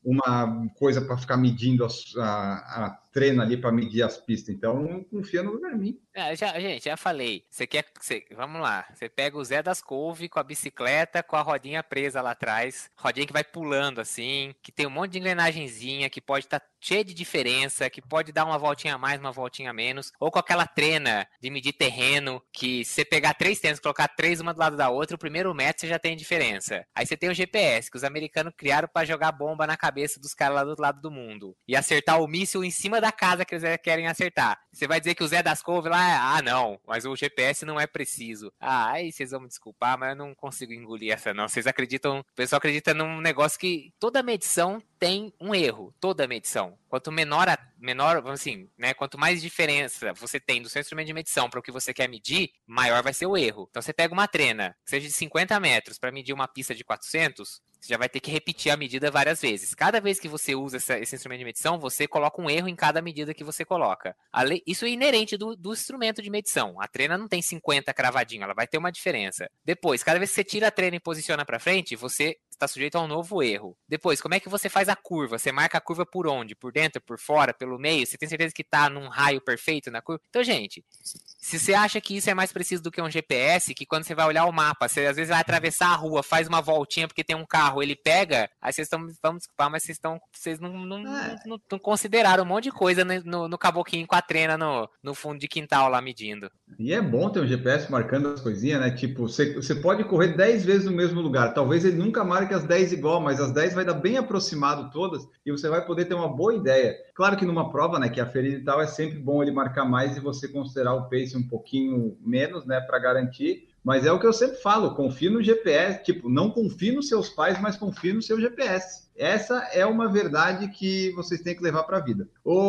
uma coisa para ficar medindo a, a, a treino ali para medir as pistas, então não confia no Garmin.
É, já, gente, já falei. Você quer. Você, vamos lá. Você pega o Zé das Couve com a bicicleta, com a rodinha presa lá atrás. Rodinha que vai pulando assim. Que tem um monte de engrenagenzinha. Que pode estar cheia de diferença. Que pode dar uma voltinha a mais, uma voltinha a menos. Ou com aquela trena de medir terreno. Que se você pegar três tênis, colocar três uma do lado da outra, o primeiro metro você já tem diferença. Aí você tem o G P S, que os americanos criaram para jogar bomba na cabeça dos caras lá do outro lado do mundo. E acertar o míssil em cima da casa que eles querem acertar. Você vai dizer que o Zé das Couve lá. Ah, não, mas o G P S não é preciso. Ah, aí vocês vão me desculpar, mas eu não consigo engolir essa não. Vocês acreditam, o pessoal acredita num negócio que toda medição tem um erro, toda medição. Quanto menor, a, menor assim, né, quanto mais diferença você tem do seu instrumento de medição para o que você quer medir, maior vai ser o erro. Então você pega uma trena, que seja de cinquenta metros, para medir uma pista de quatrocentos, você já vai ter que repetir a medida várias vezes. Cada vez que você usa essa, esse instrumento de medição, você coloca um erro em cada medida que você coloca. Ale- Isso é inerente do, do instrumento de medição. A trena não tem cinquenta cravadinho, ela vai ter uma diferença. Depois, cada vez que você tira a trena e posiciona para frente, você está sujeito a um novo erro. Depois, como é que você faz a curva? Você marca a curva por onde? Por dentro, por fora, pelo meio? Você tem certeza que está num raio perfeito na curva? Então, gente, se você acha que isso é mais preciso do que um G P S, que quando você vai olhar o mapa, você às vezes vai atravessar a rua, faz uma voltinha porque tem um carro, ele pega, aí vocês estão, vamos desculpar, mas vocês estão, vocês não, não,
É.
não, não consideraram um monte de coisa no, no, no caboquinho com a trena no, no fundo de quintal lá medindo.
E é bom ter um G P S marcando as coisinhas, né? Tipo, você, você pode correr dez vezes no mesmo lugar. Talvez ele nunca marque as dez igual, mas as dez vai dar bem aproximado todas e você vai poder ter uma boa ideia. Claro que numa prova, né, que a ferida e tal, é sempre bom ele marcar mais e você considerar o pace um pouquinho menos, né, para garantir. Mas é o que eu sempre falo, confie no G P S. Tipo, não confie nos seus pais, mas confie no seu G P S. Essa é uma verdade que vocês têm que levar para a vida.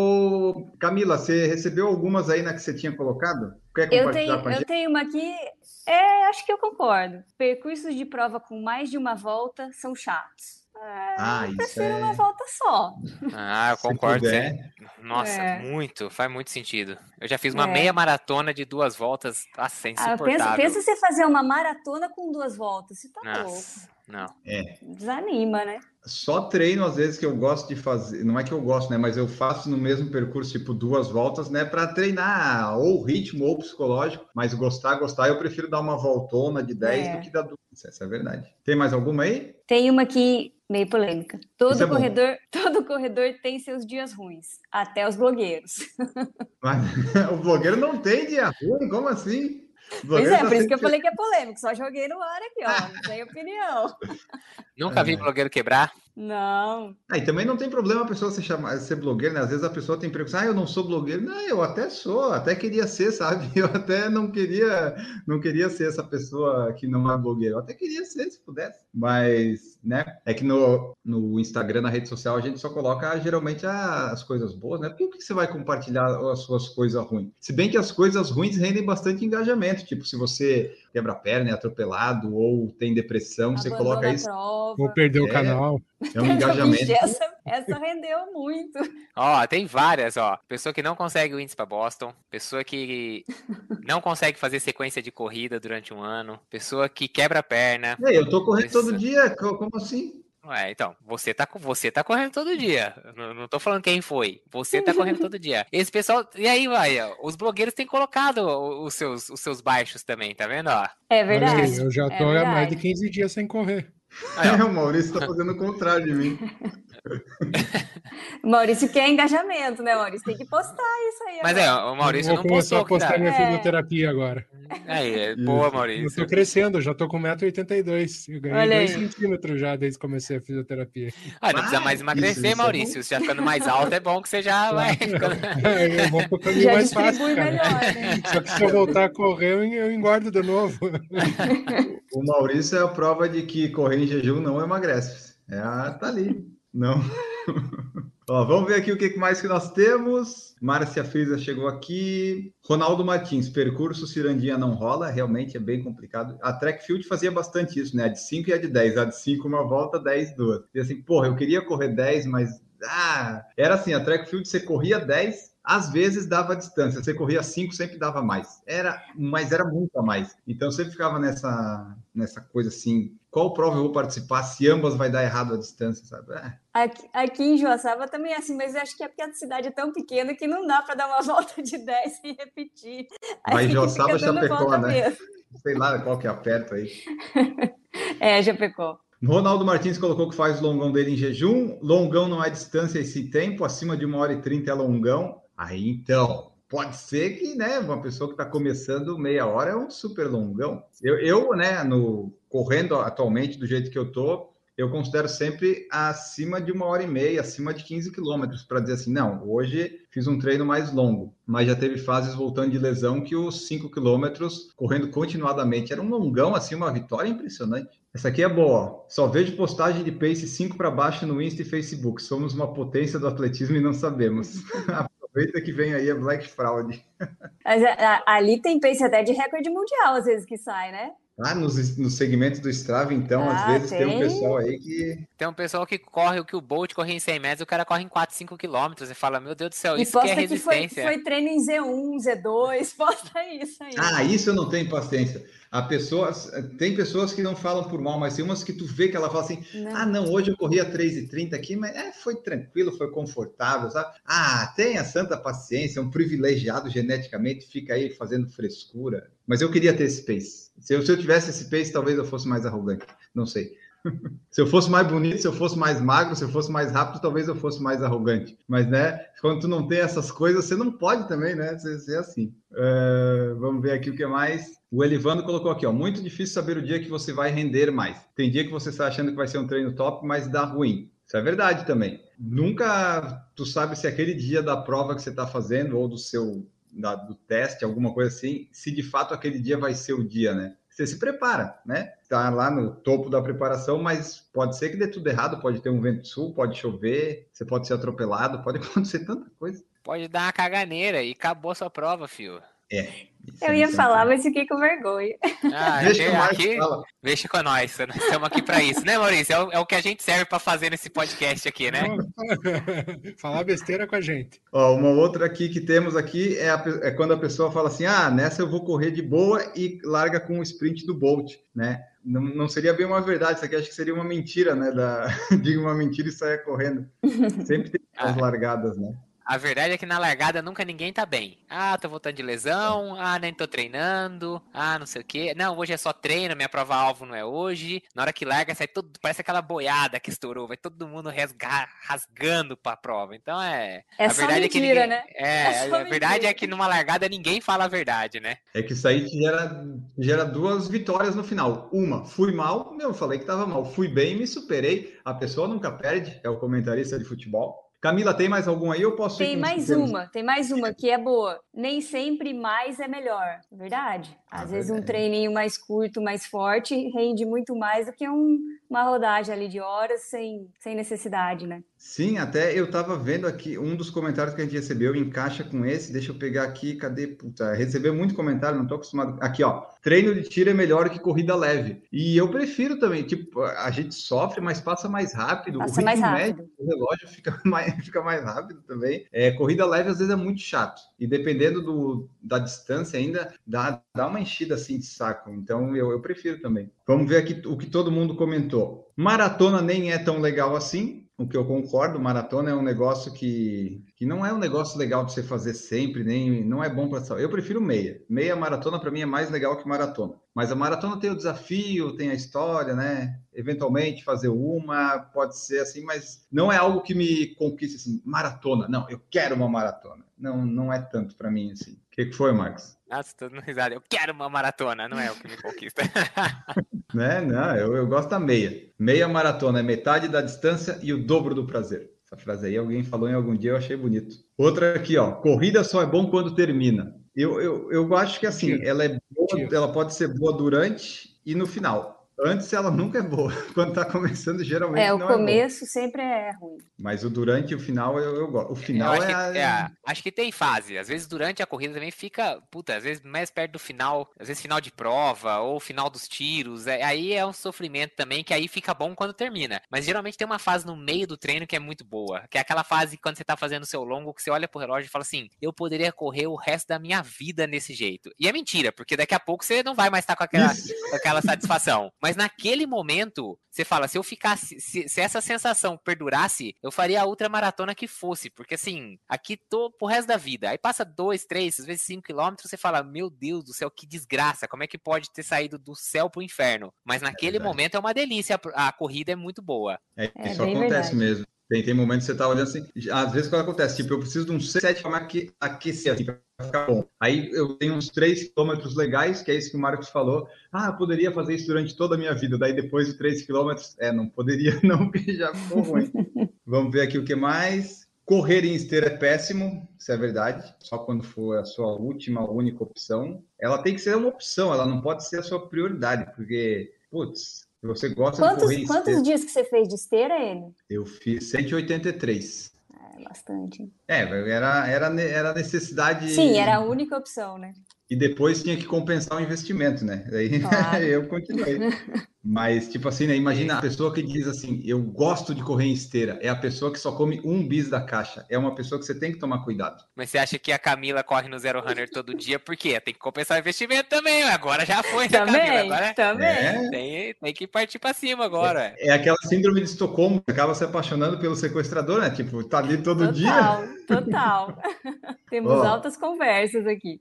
Ô, Camila, você recebeu algumas aí na que você tinha colocado? Quer
Eu
compartilhar
tenho,
com a
eu
gente?
tenho uma aqui, é, acho que eu concordo. Percursos de prova com mais de uma volta são chatos.
Ah,
Eu
isso
prefiro
é...
uma volta só.
Ah, eu
Se
concordo.
puder.
Né? Nossa,
É.
muito, faz muito sentido. Eu já fiz uma
É.
meia maratona de duas voltas, nossa, é
Ah,
insuportável.
pensa, pensa você fazer uma maratona com duas voltas. Você tá louco.
Nossa, não.
Desanima, né?
Só treino, às vezes, que eu gosto de fazer, não é que eu gosto, né? Mas eu faço no mesmo percurso, tipo, duas voltas, né? Para treinar ou ritmo ou psicológico, mas gostar, gostar, eu prefiro dar uma voltona de dez
É.
do que dar duas. Essa é a verdade. Tem mais alguma aí?
Tem uma aqui meio polêmica. Todo
Isso é bom.
corredor, todo corredor tem seus dias ruins, até os blogueiros.
Mas o blogueiro não tem dia ruim, como assim? O
Pois
blogueiro
é,
tá
por isso que eu
sempre-
falei que é polêmico. Só joguei no ar aqui, ó. Não tem opinião.
Nunca vi
É.
blogueiro quebrar.
Não.
Ah, e também não tem problema a pessoa se chamar, ser blogueiro, né? Às vezes a pessoa tem preconceito, ah, eu não sou blogueiro. Não, eu até sou, até queria ser, sabe? Eu até não queria, não queria ser essa pessoa que não é blogueiro. Eu até queria ser, se pudesse. Mas, né? É que no, no Instagram, na rede social, a gente só coloca geralmente as coisas boas, né? Por que você vai compartilhar as suas coisas ruins? Se bem que as coisas ruins rendem bastante engajamento. Tipo, se você quebra a perna, é atropelado ou tem depressão, você
Abandona
coloca
a
isso.
prova.
Ou perdeu o
É.
canal.
É um engajamento.
Vixe, essa, essa rendeu muito.
Ó, tem várias, ó. Pessoa que não consegue o índice para Boston, pessoa que não consegue fazer sequência de corrida durante um ano, pessoa que quebra a perna.
Ei, eu tô correndo
Isso.
todo dia, co- como assim?
Ué, então, você tá, co- você tá correndo todo dia. Não, não tô falando quem foi. Você tá correndo todo dia. Esse pessoal. E aí, vai, ó, os blogueiros têm colocado o- os seus, os seus baixos também, tá vendo? Ó?
É
Olha
verdade.
aí, eu já
é
tô há mais
verdade.
de quinze dias sem correr.
Aí,
É, o Maurício está fazendo o contrário de mim.
Maurício quer engajamento, né, Maurício? Tem que postar isso aí.
Mas
agora.
é, o Maurício
eu
não
vou começar
postou.
a postar
Tá?
minha
É.
fisioterapia agora.
Aí, boa,
Isso.
Eu
Maurício.
tô crescendo, já tô com um metro e oitenta e dois. Eu ganhei
Olha
dois
aí.
centímetros já desde que comecei a fisioterapia.
Ah, não precisa
Ah,
mais emagrecer,
isso- isso é
Maurício. Se já ficando mais alto, é bom que você já vai ficando...
Eu vou pro caminho
Já
mais fácil,
distribui
cara.
melhor, né?
Só que se eu voltar a correr, eu eu engordo de novo.
O Maurício é a prova de que correr em jejum não emagrece. É, a- tá ali. Não. Ó, vamos ver aqui o que mais que nós temos. Márcia Friza chegou aqui. Ronaldo Martins, percurso Cirandinha não rola, realmente é bem complicado. A track field fazia bastante isso, né? A de cinco e a de dez. A de cinco uma volta, dez duas. E assim, porra, eu queria correr dez, mas ah, era assim, a track field você corria dez, às vezes dava distância. Você corria cinco, sempre dava mais. Era, mas era muito a mais. Então você ficava nessa nessa coisa assim, qual prova eu vou participar se ambas vai dar errado a distância, sabe? É.
Aqui, aqui em Joaçaba também é assim, mas eu acho que é porque a cidade é tão pequena que não dá para dar uma volta de dez sem repetir. Aí
Vai
que
Joaçaba,
fica dando
Chapecó,
volta
né?
mesmo.
Sei lá qual que é a perto aí.
É, Chapecó.
Ronaldo Martins colocou que faz o longão dele em jejum. Longão não é distância esse tempo, acima de uma hora e trinta é longão. Aí então, pode ser que, né, uma pessoa que está começando meia hora é um super longão. Eu, eu, né, no correndo atualmente do jeito que eu tô, eu considero sempre acima de uma hora e meia, acima de quinze quilômetros, para dizer assim, não, hoje fiz um treino mais longo, mas já teve fases voltando de lesão que os cinco quilômetros, correndo continuadamente, era um longão, assim, uma vitória impressionante. Essa aqui é boa, ó. Só vejo postagem de pace cinco para baixo no Insta e Facebook, somos uma potência do atletismo e não sabemos. Aproveita que vem aí a Black Fraud.
Mas a- a- ali tem pace até de recorde mundial, às vezes, que sai, né?
Ah, nos, nos segmentos do Strava, então,
Ah,
às vezes tem... tem um
tem.
pessoal aí que...
Tem um pessoal que corre o que o Bolt corre em cem metros, o cara corre em quatro, cinco quilômetros. E fala, meu Deus do céu,
E
isso que é
posta que foi,
resistência.
foi treino em Z um, Z dois, posta isso aí.
Ah, isso eu não tenho paciência. A pessoa, tem pessoas que não falam por mal, mas tem umas que tu vê que ela fala assim,
Não.
ah, não, hoje eu corri a três e trinta aqui, mas é, foi tranquilo, foi confortável, sabe? Ah, tenha santa paciência, é um privilegiado geneticamente, fica aí fazendo frescura. Mas eu queria ter esse pace. Se eu, se eu tivesse esse pace, talvez eu fosse mais arrogante, não sei. Se eu fosse mais bonito, se eu fosse mais magro, se eu fosse mais rápido, talvez eu fosse mais arrogante. Mas, né, quando tu não tem essas coisas, você não pode também, né, ser, ser assim. Uh, vamos ver aqui o que mais. O Elivando colocou aqui, ó, muito difícil saber o dia que você vai render mais. Tem dia que você está achando que vai ser um treino top, mas dá ruim. Isso é verdade também. Nunca tu sabe se aquele dia da prova que você está fazendo ou do seu da, do teste, alguma coisa assim, se de fato aquele dia vai ser o dia, né? Você se prepara, né? Tá lá no topo da preparação, mas pode ser que dê tudo errado, pode ter um vento sul, pode chover, você pode ser atropelado, pode acontecer tanta coisa.
Pode dar uma caganeira e acabou a sua prova, filho.
É.
Eu ia falar, mas fiquei com vergonha.
Ah,
Deixa
aqui,
o Marcos
aqui,
fala.
deixa com nós, nós estamos aqui para isso, né, Maurício? É o, é o que a gente serve para fazer nesse podcast aqui, né?
Falar besteira com a gente.
Ó, uma outra aqui que temos aqui é, a, é quando a pessoa fala assim, ah, nessa eu vou correr de boa e larga com o sprint do Bolt, né? Não, não seria bem uma verdade, isso aqui acho que seria uma mentira, né? Da... Diga uma mentira e saia correndo. Sempre tem as
Ah.
largadas, né?
A verdade é que na largada nunca ninguém tá bem. Ah, tô voltando de lesão. Ah, nem tô treinando. Ah, não sei o quê. Não, hoje é só treino, minha prova-alvo não é hoje. Na hora que larga, sai tudo, parece aquela boiada que estourou. Vai todo mundo rasgar, rasgando pra prova. Então é.
É
a
só
verdade
mentira,
é que ninguém...
né?
É,
É só
a verdade
mentira.
é que numa largada ninguém fala a verdade, né?
É que isso aí te gera, gera duas vitórias no final. Uma, fui mal, eu falei que estava mal. Fui bem e me superei. A pessoa nunca perde, é o comentarista de futebol. Camila, tem mais algum aí? Eu posso ir
Tem
com os
mais
que temos?
uma, tem mais uma que é boa. Nem sempre mais é melhor, verdade? Às
Ah,
vezes um
verdade.
treininho mais curto, mais forte, rende muito mais do que um, uma rodagem ali de horas sem, sem necessidade, né?
Sim, até eu estava vendo aqui, um dos comentários que a gente recebeu encaixa com esse, deixa eu pegar aqui, cadê? Puta, recebeu muito comentário, não estou acostumado. Aqui, ó, treino de tiro é melhor que corrida leve. E eu prefiro também, tipo, a gente sofre, mas passa mais rápido.
Passa
o ritmo
mais
médio
rápido.
do relógio fica mais, fica mais rápido também. É, corrida leve às vezes é muito chato. E dependendo do, da distância ainda, dá, dá uma enchida assim de saco. Então eu, eu prefiro também. Vamos ver aqui o que todo mundo comentou. Maratona nem é tão legal assim. o que eu concordo, maratona é um negócio que, que não é um negócio legal de você fazer sempre, nem não é bom para saúde. Eu prefiro meia. Meia maratona para mim é mais legal que maratona. Mas a maratona tem o desafio, tem a história, né? Eventualmente fazer uma pode ser assim, mas não é algo que me conquiste assim, maratona. Não, eu quero uma maratona. Não, não é tanto para mim assim. O que, que foi, Marcos?
Nossa, tô dando risada. Eu quero uma maratona, não é o que me conquista.
Né? Não, eu, eu gosto da meia. Meia maratona é metade da distância e o dobro do prazer. Essa frase aí alguém falou em algum dia, eu achei bonito. Outra aqui, ó. Corrida só é bom quando termina. Eu, eu, eu acho que assim, ela é boa, ela pode ser boa durante e no final. Antes ela nunca é boa. Quando tá começando, geralmente
É, o
não
começo
é bom.
sempre é ruim.
Mas o durante e o final eu, eu gosto. O
Eu
final
acho
é,
que,
a...
é, acho que tem fase. Às vezes durante a corrida também fica, puta, às vezes mais perto do final, às vezes final de prova ou final dos tiros. É, aí é um sofrimento também, que aí fica bom quando termina. Mas geralmente tem uma fase no meio do treino que é muito boa, que é aquela fase quando você tá fazendo o seu longo, que você olha pro relógio e fala assim, eu poderia correr o resto da minha vida nesse jeito. E é mentira, porque daqui a pouco você não vai mais estar com aquela, com aquela satisfação. Mas naquele momento, você fala, se eu ficasse, se, se essa sensação perdurasse, eu faria a ultramaratona que fosse, porque assim, aqui tô pro resto da vida. Aí passa dois, três, às vezes cinco quilômetros, você fala, meu Deus do céu, que desgraça, como é que pode ter saído do céu pro inferno? Mas naquele
é
momento é uma delícia, a, a corrida é muito boa.
É,
É
isso
bem
acontece
verdade.
mesmo. Tem, tem momentos que você tá olhando assim, às vezes quando acontece, tipo, eu preciso de um sete para aqui, aquecer, assim, para ficar bom. Aí eu tenho uns três quilômetros legais, que é isso que o Marcos falou. Ah, eu poderia fazer isso durante toda a minha vida. Daí depois de três quilômetros, é, não poderia não, porque já ficou ruim. Vamos ver aqui o que mais. Correr em esteira é péssimo, isso é verdade. Só quando for a sua última, única opção. Ela tem que ser uma opção, ela não pode ser a sua prioridade, porque, putz, se você gosta de
Quantos,
correr em
quantos
esteira...
dias que você fez de esteira, ele?
Eu fiz cento e oitenta e três.
É bastante.
É, era, era, era necessidade.
Sim, era a única opção, né?
E depois tinha que compensar o investimento, né? Daí
Claro.
eu continuei. Mas, tipo assim, né? Imagina a pessoa que diz assim: eu gosto de correr em esteira. É a pessoa que só come um bis da caixa. É uma pessoa que você tem que tomar cuidado.
Mas você acha que a Camila corre no Zero Runner todo dia? Por quê? Tem que compensar o investimento também. Agora já foi, né,
Também,
Camila? Agora
também.
É,
tem, tem que partir pra cima agora.
é, é aquela síndrome de Estocolmo, que acaba se apaixonando pelo sequestrador, né? Tipo, tá ali todo
Total,
dia.
total. Temos
Ó,
altas conversas aqui.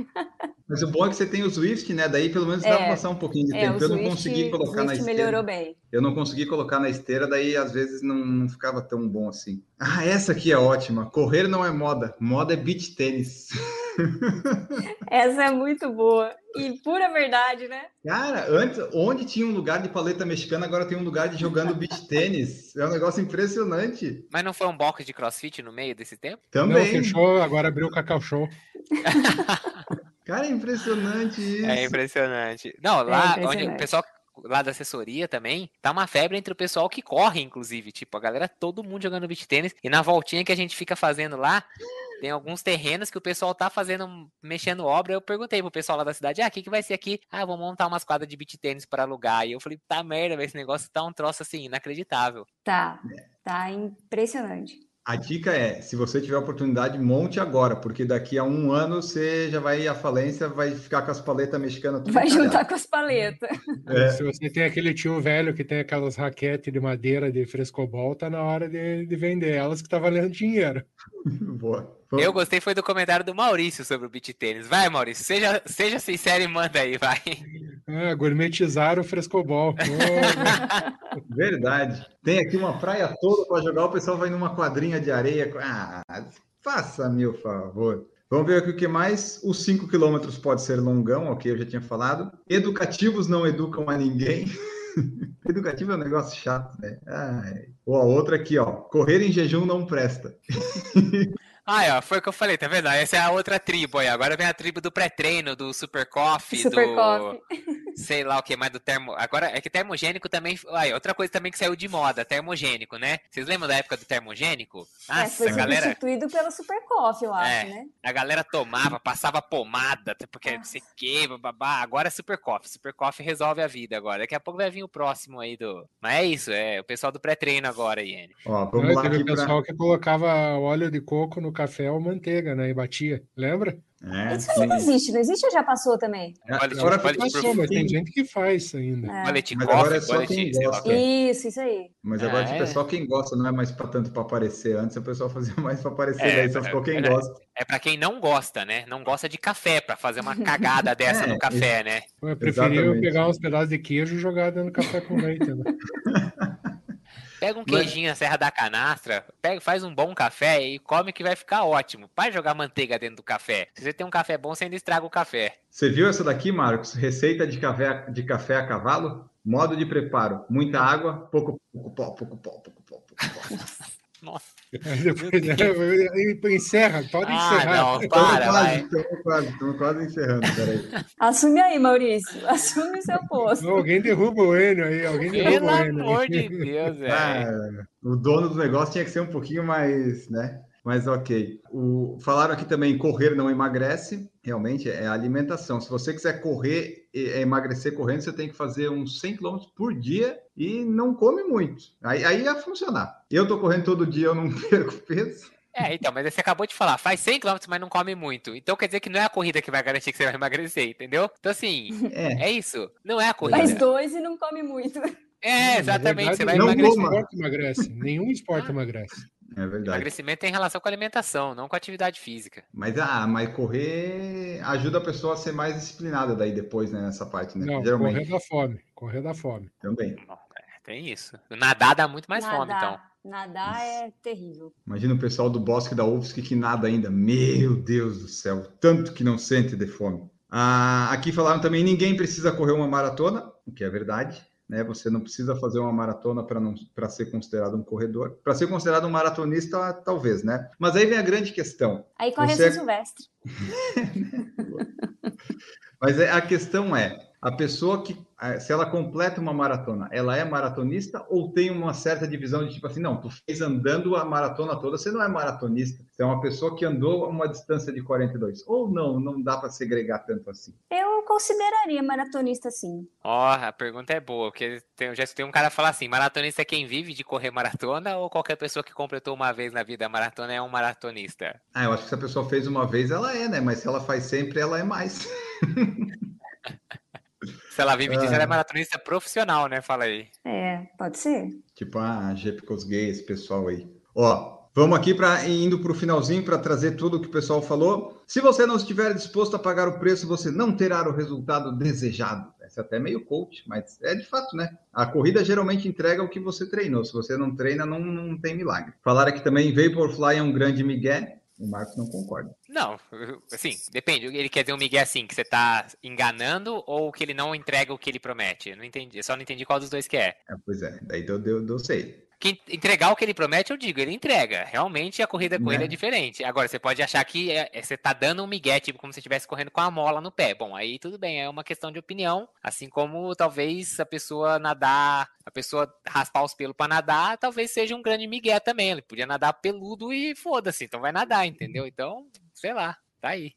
mas o bom é que você tem o Zwift, né? Daí pelo menos dá
É,
pra passar um pouquinho de
é,
tempo.
o
Eu não
Zwift,
consegui
o
colocar na
Zwift
esteira.
melhorou bem.
Eu não consegui colocar na esteira, daí às vezes não, não ficava tão bom assim. Ah, essa aqui é ótima. Correr não é moda, moda é beach tênis.
Essa é muito boa. E pura verdade, né?
Cara, antes, onde tinha um lugar de paleta mexicana, agora tem um lugar de jogando beach tênis. É um negócio impressionante.
Mas não foi um box de crossfit no meio desse tempo?
Não,
Também.
fechou, agora abriu o Cacau Show.
Cara, é impressionante isso.
É impressionante. Não, lá
É
onde o
impressionante.
pessoal lá da assessoria também, tá uma febre entre o pessoal que corre, inclusive. Tipo, a galera, todo mundo jogando beach tênis. E na voltinha que a gente fica fazendo lá, tem alguns terrenos que o pessoal tá fazendo, mexendo obra. Eu perguntei pro pessoal lá da cidade, ah, o que, que vai ser aqui? Ah, vou montar umas quadras de beach tênis para alugar. E eu falei, tá merda, esse negócio tá um troço assim, inacreditável.
Tá, tá impressionante.
A dica é, se você tiver oportunidade, monte agora, porque daqui a um ano você já vai à falência, vai ficar com as paletas mexicanas tudo
Vai
encalhado.
juntar com as paletas.
É.
Se você tem aquele tio velho que tem aquelas raquetes de madeira de frescobol, tá na hora de, de vender elas que tá valendo dinheiro.
Boa.
Eu gostei foi do comentário do Maurício sobre o beach tênis. Vai, Maurício, seja, seja sincero e manda aí, vai.
Ah, gourmetizaram o frescobol. Oh,
Verdade. Tem aqui uma praia toda para jogar, o pessoal vai numa quadrinha de areia. Ah, faça-me o favor. Vamos ver aqui o que mais. Os cinco quilômetros pode ser longão, ok, eu já tinha falado. Educativos não educam a ninguém. Educativo é um negócio chato, né? Ai. Ou a outra aqui, ó. Correr em jejum não presta.
Ah, ó, foi o que eu falei, tá vendo? Essa é a outra tribo aí. Agora vem a tribo do pré-treino, do super coffee,
Super
do...
coffee.
Sei lá o que mais do termo... Agora, é que termogênico também... Aí, outra coisa também que saiu de moda, termogênico, né? Vocês lembram da época do termogênico? Nossa,
É, foi
a galera...
substituído pelo Super Coffee, eu acho,
É,
né?
a galera tomava, passava pomada, porque não sei o que, babá. Agora é super coffee. Super coffee resolve a vida agora. Daqui a pouco vai vir o próximo aí do... Mas é isso, é o pessoal do pré-treino agora, Iene.
Ó, vamos
não,
lá
teve
aqui
o pessoal
pra...
que colocava óleo de coco no café ou manteiga, né? E batia. Lembra?
É,
Isso aí não existe, não existe ou já passou também?
Quality-
agora
quality
Passou,
proof.
mas tem gente que faz ainda.
É.
Quality
Mas agora
coffee,
é só
quality,
quem
sei lá o
gosta.
quê.
Isso, isso aí.
Mas
Ah,
agora, tipo, é
é.
só quem gosta, não é mais pra tanto para aparecer. Antes o pessoal fazia mais para aparecer,
É,
daí só ficou quem
é,
gosta.
É pra quem não gosta, né? Não gosta de café, pra fazer uma cagada dessa
É,
no café, né?
Eu preferia
Exatamente.
pegar uns pedaços de queijo e jogar dentro do café com leite. Né?
Pega um
Mas-
queijinho na Serra da Canastra, pega, faz um bom café e come que vai ficar ótimo. Para jogar manteiga dentro do café. Se você tem um café bom, você ainda estraga o café.
Você viu essa daqui, Marcos? Receita de café, de café a cavalo? Modo de preparo: muita água, pouco, pouco pó, pouco pó, pouco pó, pouco pó.
Nossa.
Aí depois, né, encerra, pode
Ah,
encerrar.
não,
Estamos
para,
quase,
vai.
estamos quase, estamos quase encerrando, peraí.
Assume aí, Maurício. Assume o seu posto.
Não, alguém derruba o Enio aí, alguém derruba
Pelo
o Enio.
amor
aí.
de Deus, velho.
Ah, o dono do negócio tinha que ser um pouquinho mais, né? Mas ok. O, falaram aqui também, correr não emagrece. Realmente é a alimentação. Se você quiser correr, é, emagrecer correndo, você tem que fazer uns cem quilômetros por dia e não come muito. Aí, aí ia funcionar. Eu tô correndo todo dia, eu não perco peso.
É, então, mas você acabou de falar, faz cem quilômetros, mas não come muito. Então quer dizer que não é a corrida que vai garantir que você vai emagrecer, entendeu? Então, assim,
É.
é isso. Não é a corrida.
Faz dois e não come muito.
É, exatamente.
Na
Você vai
verdade,
não
emagrecer.
coma.
Nenhum esporte emagrece. Nenhum esporte emagrece.
É verdade.
Emagrecimento tem relação com a alimentação, não com a atividade física.
Mas, ah, mas correr ajuda a pessoa a ser mais disciplinada daí depois, né, nessa parte, né?
Não,
Geralmente.
correr da fome. Correr da fome.
Também.
Não, é, tem isso. Nadar dá muito mais
nadar,
fome, então.
Nadar é terrível.
Imagina o pessoal do Bosque da U F S C que nada ainda. Meu Deus do céu, tanto que não sente de fome. Ah, aqui falaram também, ninguém precisa correr uma maratona, o que é verdade, né? Você não precisa fazer uma maratona para não para ser considerado um corredor. Para ser considerado um maratonista, talvez, né? Mas aí vem a grande questão.
Aí corre
Você-
São Silvestre.
Mas é- a questão é, a pessoa que, se ela completa uma maratona, ela é maratonista ou tem uma certa divisão de tipo assim, não, tu fez andando a maratona toda, você não é maratonista, você é uma pessoa que andou uma distância de quarenta e dois. Ou não, não dá para segregar tanto assim.
Eu consideraria maratonista, sim.
Ó, a pergunta é boa, porque tem, eu já escutei um cara falar assim, maratonista é quem vive de correr maratona ou qualquer pessoa que completou uma vez na vida a maratona é um maratonista?
Ah, eu acho que se a pessoa fez uma vez, ela é, né? Mas se ela faz sempre, ela é mais.
Se ela vive disso,
Ah.
ela é maratonista profissional, né? Fala aí.
É, pode ser.
Tipo, ah, Gepicos gays, pessoal aí. Ó, vamos aqui para indo para o finalzinho para trazer tudo o que o pessoal falou. Se você não estiver disposto a pagar o preço, você não terá o resultado desejado. Essa é até meio coach, mas é de fato, né? A corrida geralmente entrega o que você treinou. Se você não treina, não, não tem milagre. Falaram aqui também, Vaporfly é um grande migué. O Marcos não concorda.
Não, assim, depende. Ele quer dizer um migué assim, que você tá enganando ou que ele não entrega o que ele promete? Eu não entendi. Eu só não entendi qual dos dois que é.
É, pois é, daí deu, deu, deu sei.
Que entregar o que ele promete, eu digo, ele entrega. Realmente a corrida com
Né?
ele é diferente. Agora, você pode achar que é, é, você tá dando um migué, tipo, como se estivesse correndo com a mola no pé. Bom, aí tudo bem, é uma questão de opinião. Assim como talvez a pessoa nadar, a pessoa raspar os pelos pra nadar, talvez seja um grande migué também. Ele podia nadar peludo e foda-se, então vai nadar, entendeu? Então, sei lá, tá aí.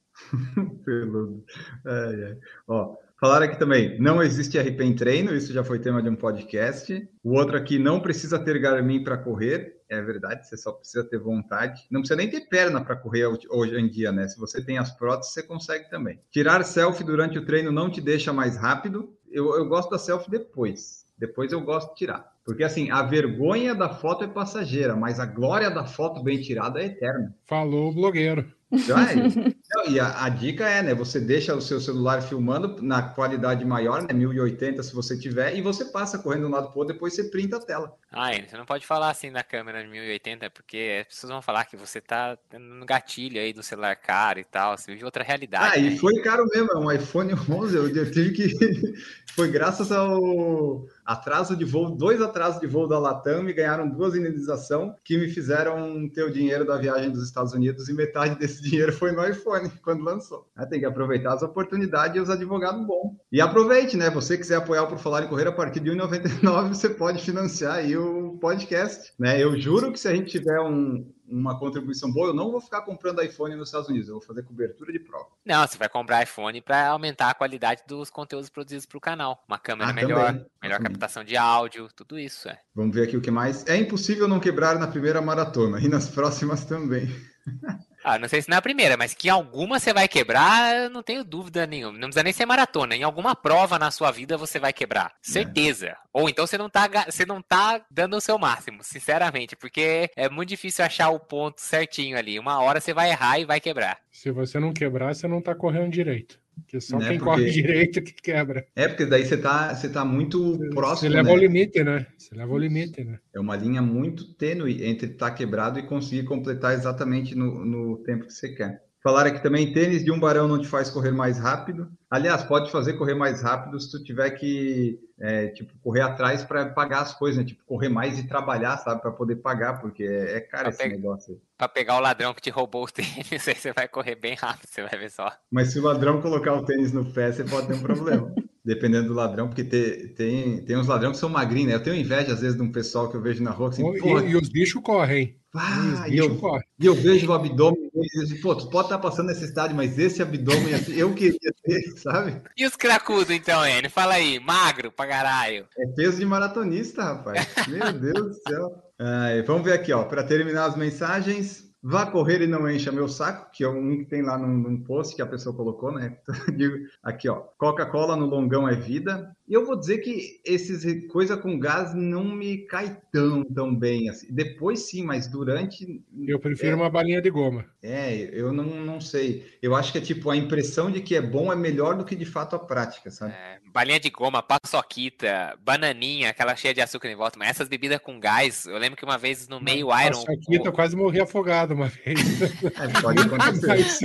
Peludo. Ai, ai. Ó, falaram aqui também, não existe R P em treino, isso já foi tema de um podcast. O outro aqui, não precisa ter Garmin para correr. É verdade, você só precisa ter vontade. Não precisa nem ter perna para correr hoje em dia, né? Se você tem as próteses, você consegue também. Tirar selfie durante o treino não te deixa mais rápido. Eu, eu gosto da selfie depois. Depois eu gosto de tirar. Porque, assim, a vergonha da foto é passageira, mas a glória da foto bem tirada é eterna.
Falou o blogueiro.
Já é. Não, e a, a dica é, né? Você deixa o seu celular filmando na qualidade maior, né? mil e oitenta se você tiver, e você passa correndo de um lado para o outro, depois você printa a tela.
Ah, você não pode falar assim na câmera de mil e oitenta, porque as pessoas vão falar que você tá no gatilho aí do celular caro e tal, você vive outra realidade.
Ah, e
né?
foi caro mesmo, é um iPhone onze, eu, eu tive que... Foi graças ao atraso de voo, dois atrasos de voo da Latam, me ganharam duas indenizações que me fizeram ter o dinheiro da viagem dos Estados Unidos e metade desse dinheiro foi no iPhone, quando lançou. Ah, tem que aproveitar as oportunidades e os advogados bons. E aproveite, né? Você quiser apoiar o Por Falar em Correr, a partir de um real e noventa e nove centavos, você pode financiar aí o podcast, né? Eu juro que se a gente tiver um... uma contribuição boa, eu não vou ficar comprando iPhone nos Estados Unidos, eu vou fazer cobertura de prova.
Não, você vai comprar iPhone para aumentar a qualidade dos conteúdos produzidos para o canal. Uma câmera
Ah,
melhor,
também,
melhor
também.
captação de áudio, tudo isso, é.
Vamos ver aqui o que mais. É impossível não quebrar na primeira maratona e nas próximas também.
Ah, não sei se na primeira, mas que alguma você vai quebrar, eu não tenho dúvida nenhuma. Não precisa nem ser maratona. Em alguma prova na sua vida você vai quebrar. Certeza. É. Ou então você não, tá, você não tá dando o seu máximo, sinceramente. Porque é muito difícil achar o ponto certinho ali. Uma hora você vai errar e vai quebrar.
Se você não quebrar, você não tá correndo direito. Porque só
né?
quem
porque...
corre direito que quebra.
É, porque daí você tá, você tá muito
você,
próximo,
Você leva
né?
ao limite, né? Você leva ao limite, né?
É uma linha muito tênue entre estar quebrado e conseguir completar exatamente no, no tempo que você quer. Falaram aqui também, tênis de um barão não te faz correr mais rápido. Aliás, pode fazer correr mais rápido se tu tiver que, é, tipo, correr atrás para pagar as coisas, né? Tipo, correr mais e trabalhar, sabe? Para poder pagar, porque é, é caro pra esse pe... negócio aí.
Para pegar o ladrão que te roubou o tênis, aí você vai correr bem rápido, você vai ver só.
Mas se o ladrão colocar o tênis no pé, você pode ter um problema. Dependendo do ladrão, porque tem, tem, tem uns ladrões que são magrinhos, né? Eu tenho inveja, às vezes, de um pessoal que eu vejo na rua, assim,
e,
pô...
E os bichos correm,
ah, e, eu, correm. E eu vejo o abdômen, e eu digo, pô, tu pode estar passando necessidade, mas esse abdômen, assim, eu queria ter, sabe?
E os cracudos, então, Enio? Fala aí, magro pra caralho.
É peso de maratonista, rapaz. Meu Deus do céu. Ai, vamos ver aqui, ó, para terminar as mensagens... Vá correr e não encha meu saco, que é um que tem lá num, num post que a pessoa colocou, né? Aqui, ó. Coca-Cola no longão é vida. E eu vou dizer que esses coisa com gás não me cai tão, tão bem assim. Depois sim, mas durante...
Eu prefiro
é,
uma balinha de goma.
É, eu não, não sei. Eu acho que é tipo, a impressão de que é bom é melhor do que de fato a prática, sabe?
É, balinha de goma, paçoquita, bananinha, aquela cheia de açúcar em volta. Mas essas bebidas com gás, eu lembro que uma vez no meio Iron...
Paçoquita, eu quase morri afogado uma vez.
É, pode acontecer.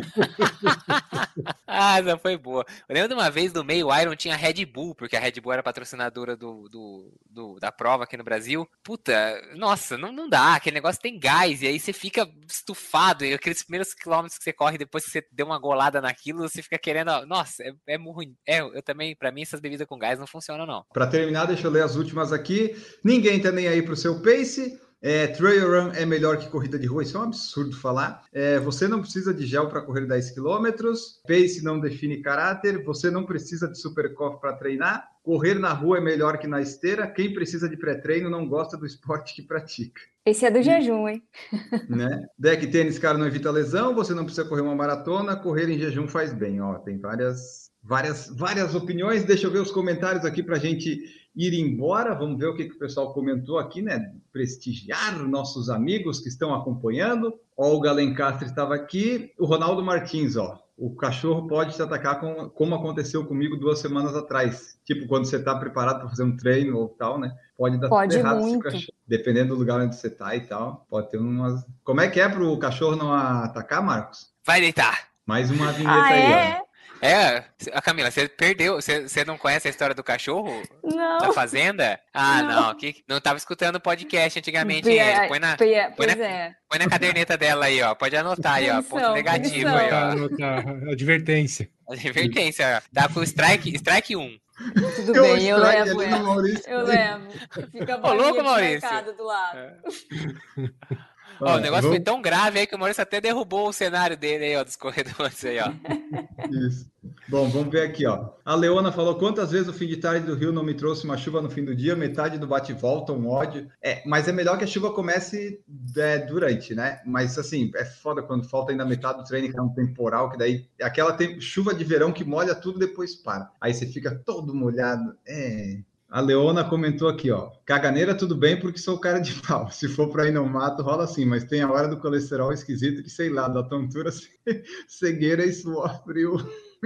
Ah, essa foi boa. Eu lembro de uma vez no meio Iron tinha Red Bull, porque a Red Bull era patrocinadora do, do, do, da prova aqui no Brasil. Puta, nossa, não, não dá. Aquele negócio tem gás, e aí você fica estufado. E aqueles primeiros quilômetros que você corre, depois que você deu uma golada naquilo, você fica querendo... Nossa, é, é muito ruim. É, eu também, pra mim, essas bebidas com gás não funcionam, não.
Pra terminar, deixa eu ler as últimas aqui. Ninguém tá nem aí pro seu pace. É, trail run é melhor que corrida de rua, isso é um absurdo falar. É, você não precisa de gel para correr dez quilômetros. Pace não define caráter. Você não precisa de super coffee para treinar. Correr na rua é melhor que na esteira. Quem precisa de pré-treino não gosta do esporte que pratica.
Esse é do jejum, hein?
Né? Deck tênis, cara, não evita lesão. Você não precisa correr uma maratona. Correr em jejum faz bem. Ó, tem várias, várias, várias opiniões. Deixa eu ver os comentários aqui para a gente ir embora. Vamos ver o que, que o pessoal comentou aqui, né? Prestigiar nossos amigos que estão acompanhando. Ó, o Galencastre estava aqui. O Ronaldo Martins, ó. O cachorro pode te atacar com, como aconteceu comigo duas semanas atrás. Tipo, quando você está preparado para fazer um treino ou tal, né? Pode dar
pode
tudo errado
muito.
Se o cachorro, dependendo do lugar onde você está e tal. Pode ter umas... Como é que é para o cachorro não atacar, Marcos?
Vai deitar.
Mais uma vinheta
ah,
aí,
é?
ó.
É, a Camila, você perdeu, você, você não conhece a história do cachorro?
Não.
Da fazenda? Ah, não,
não,
que, não tava escutando o podcast antigamente,
é,
hein? Põe na,
põe, é,
põe, na,
é.
põe na caderneta dela aí, ó, pode anotar aí, ó, ponto negativo aí, ó.
Tá, tá, advertência.
Advertência, ó, tá com o strike, strike um.
Tudo
eu
bem, eu levo
ela. Eu
levo. Fica
Ô, louco, Maurício.
Do lado.
É. Ó, o negócio vamos... foi tão grave aí que o Maurício até derrubou o cenário dele aí, ó, dos corredores aí, ó.
Isso. Bom, vamos ver aqui, ó. A Leona falou, quantas vezes o fim de tarde do Rio não me trouxe uma chuva no fim do dia, metade do bate-volta, um ódio. É, mas é melhor que a chuva comece é, durante, né? Mas, assim, é foda quando falta ainda metade do treino, que é um temporal, que daí... Aquela tem... chuva de verão que molha tudo, depois para. Aí você fica todo molhado. É... A Leona comentou aqui, ó. Caganeira tudo bem porque sou cara de pau. Se for para ir no mato, rola assim. Mas tem a hora do colesterol esquisito que, sei lá, da tontura, cegueira e suor frio.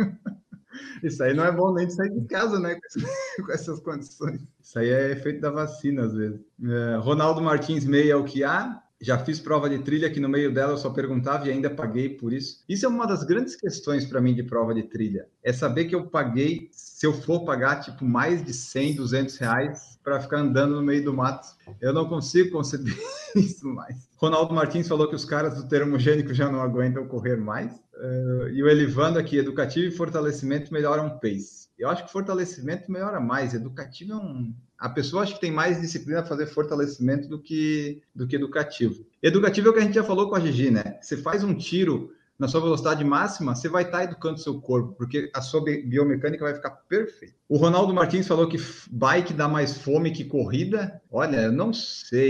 Isso aí não é bom nem de sair de casa, né? Com essas condições. Isso aí é efeito da vacina, às vezes. É, Ronaldo Martins, meia é o que há. Já fiz prova de trilha que no meio dela eu só perguntava e ainda paguei por isso. Isso é uma das grandes questões para mim de prova de trilha. É saber que eu paguei, se eu for pagar tipo mais de cem, duzentos reais para ficar andando no meio do mato. Eu não consigo conceber isso mais. Ronaldo Martins falou que os caras do termogênico já não aguentam correr mais. Uh, e o Elivando aqui, educativo e fortalecimento melhoram pace. Eu acho que fortalecimento melhora mais. Educativo é um... A pessoa acha que tem mais disciplina para fazer fortalecimento do que, do que educativo. Educativo é o que a gente já falou com a Gigi, né? Você faz um tiro na sua velocidade máxima, você vai estar educando o seu corpo, porque a sua biomecânica vai ficar perfeita. O Ronaldo Martins falou que bike dá mais fome que corrida. Olha, eu não sei.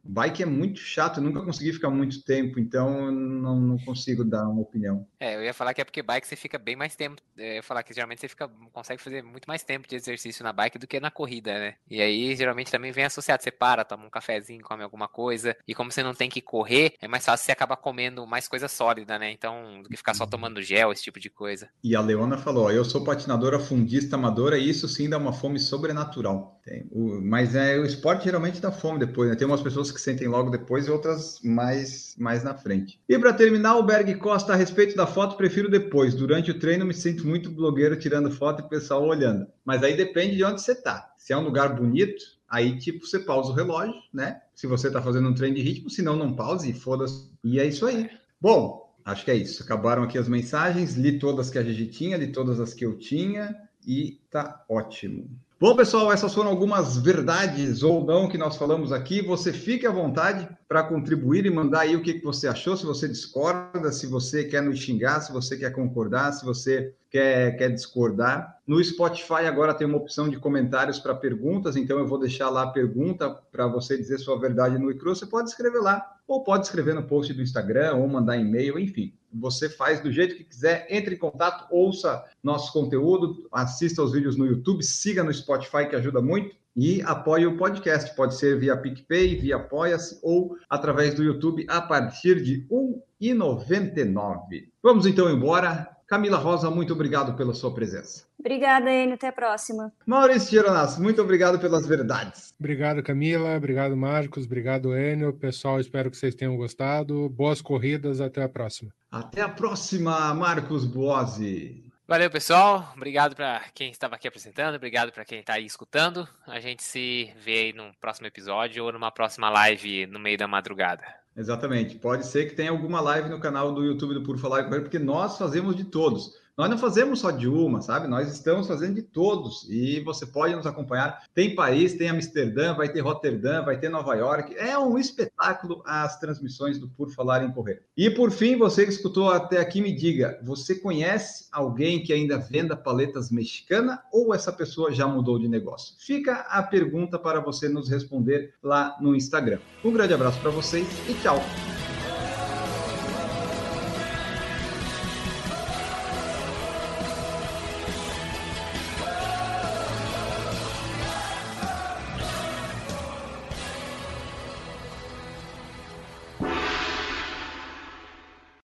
Bike é muito chato, eu nunca consegui ficar muito tempo, então não, não consigo dar uma opinião.
É, eu ia falar que é porque bike você fica bem mais tempo. Eu ia falar que geralmente você fica, consegue fazer muito mais tempo de exercício na bike do que na corrida, né? E aí, geralmente, também vem associado. Você para, toma um cafezinho, come alguma coisa. E como você não tem que correr, é mais fácil você acabar comendo mais coisa sólida, né? Então, do que ficar só tomando gel, esse tipo de coisa.
E a Leona falou, ó, eu sou patinadora fundista amadora e isso sim dá uma fome sobrenatural. Tem, o, mas é, o esporte geralmente dá fome depois, né? Tem umas pessoas que sentem logo depois e outras mais, mais na frente. E para terminar, o Berg Costa, a respeito da foto, prefiro depois. Durante o treino, me sinto muito blogueiro tirando foto e o pessoal olhando. Mas aí depende de onde você tá. Se é um lugar bonito, aí tipo você pausa o relógio, né? Se você tá fazendo um treino de ritmo, senão não pause e foda-se. E é isso aí. Bom, acho que é isso. Acabaram aqui as mensagens, li todas que a Gigi tinha, li todas as que eu tinha e tá ótimo. Bom, pessoal, essas foram algumas verdades ou não que nós falamos aqui. Você fique à vontade para contribuir e mandar aí o que você achou, se você discorda, se você quer nos xingar, se você quer concordar, se você quer, quer discordar. No Spotify agora tem uma opção de comentários para perguntas, então eu vou deixar lá a pergunta para você dizer sua verdade no iCru. Você pode escrever lá, ou pode escrever no post do Instagram, ou mandar e-mail, enfim. Você faz do jeito que quiser, entre em contato, ouça nosso conteúdo, assista os vídeos no YouTube, siga no Spotify, que ajuda muito, e apoie o podcast. Pode ser via PicPay, via Apoia-se, ou através do YouTube a partir de um real e noventa e nove centavos. Vamos então embora. Camila Rosa, muito obrigado pela sua presença.
Obrigada, Enio. Até a próxima.
Maurício Geronasso, muito obrigado pelas verdades.
Obrigado, Camila. Obrigado, Marcos. Obrigado, Enio. Pessoal, espero que vocês tenham gostado. Boas corridas. Até a próxima.
Até a próxima, Marcos Buozzi.
Valeu, pessoal. Obrigado para quem estava aqui apresentando. Obrigado para quem está aí escutando. A gente se vê aí num próximo episódio ou numa próxima live no meio da madrugada.
Exatamente. Pode ser que tenha alguma live no canal do YouTube do Por Falar e Correr, porque nós fazemos de todos. Nós não fazemos só de uma, sabe? Nós estamos fazendo de todos e você pode nos acompanhar. Tem Paris, tem Amsterdã, vai ter Roterdã, vai ter Nova York. É um espetáculo as transmissões do Por Falar em Correr. E por fim, você que escutou até aqui, me diga, você conhece alguém que ainda venda paletas mexicana ou essa pessoa já mudou de negócio? Fica a pergunta para você nos responder lá no Instagram. Um grande abraço para vocês e tchau!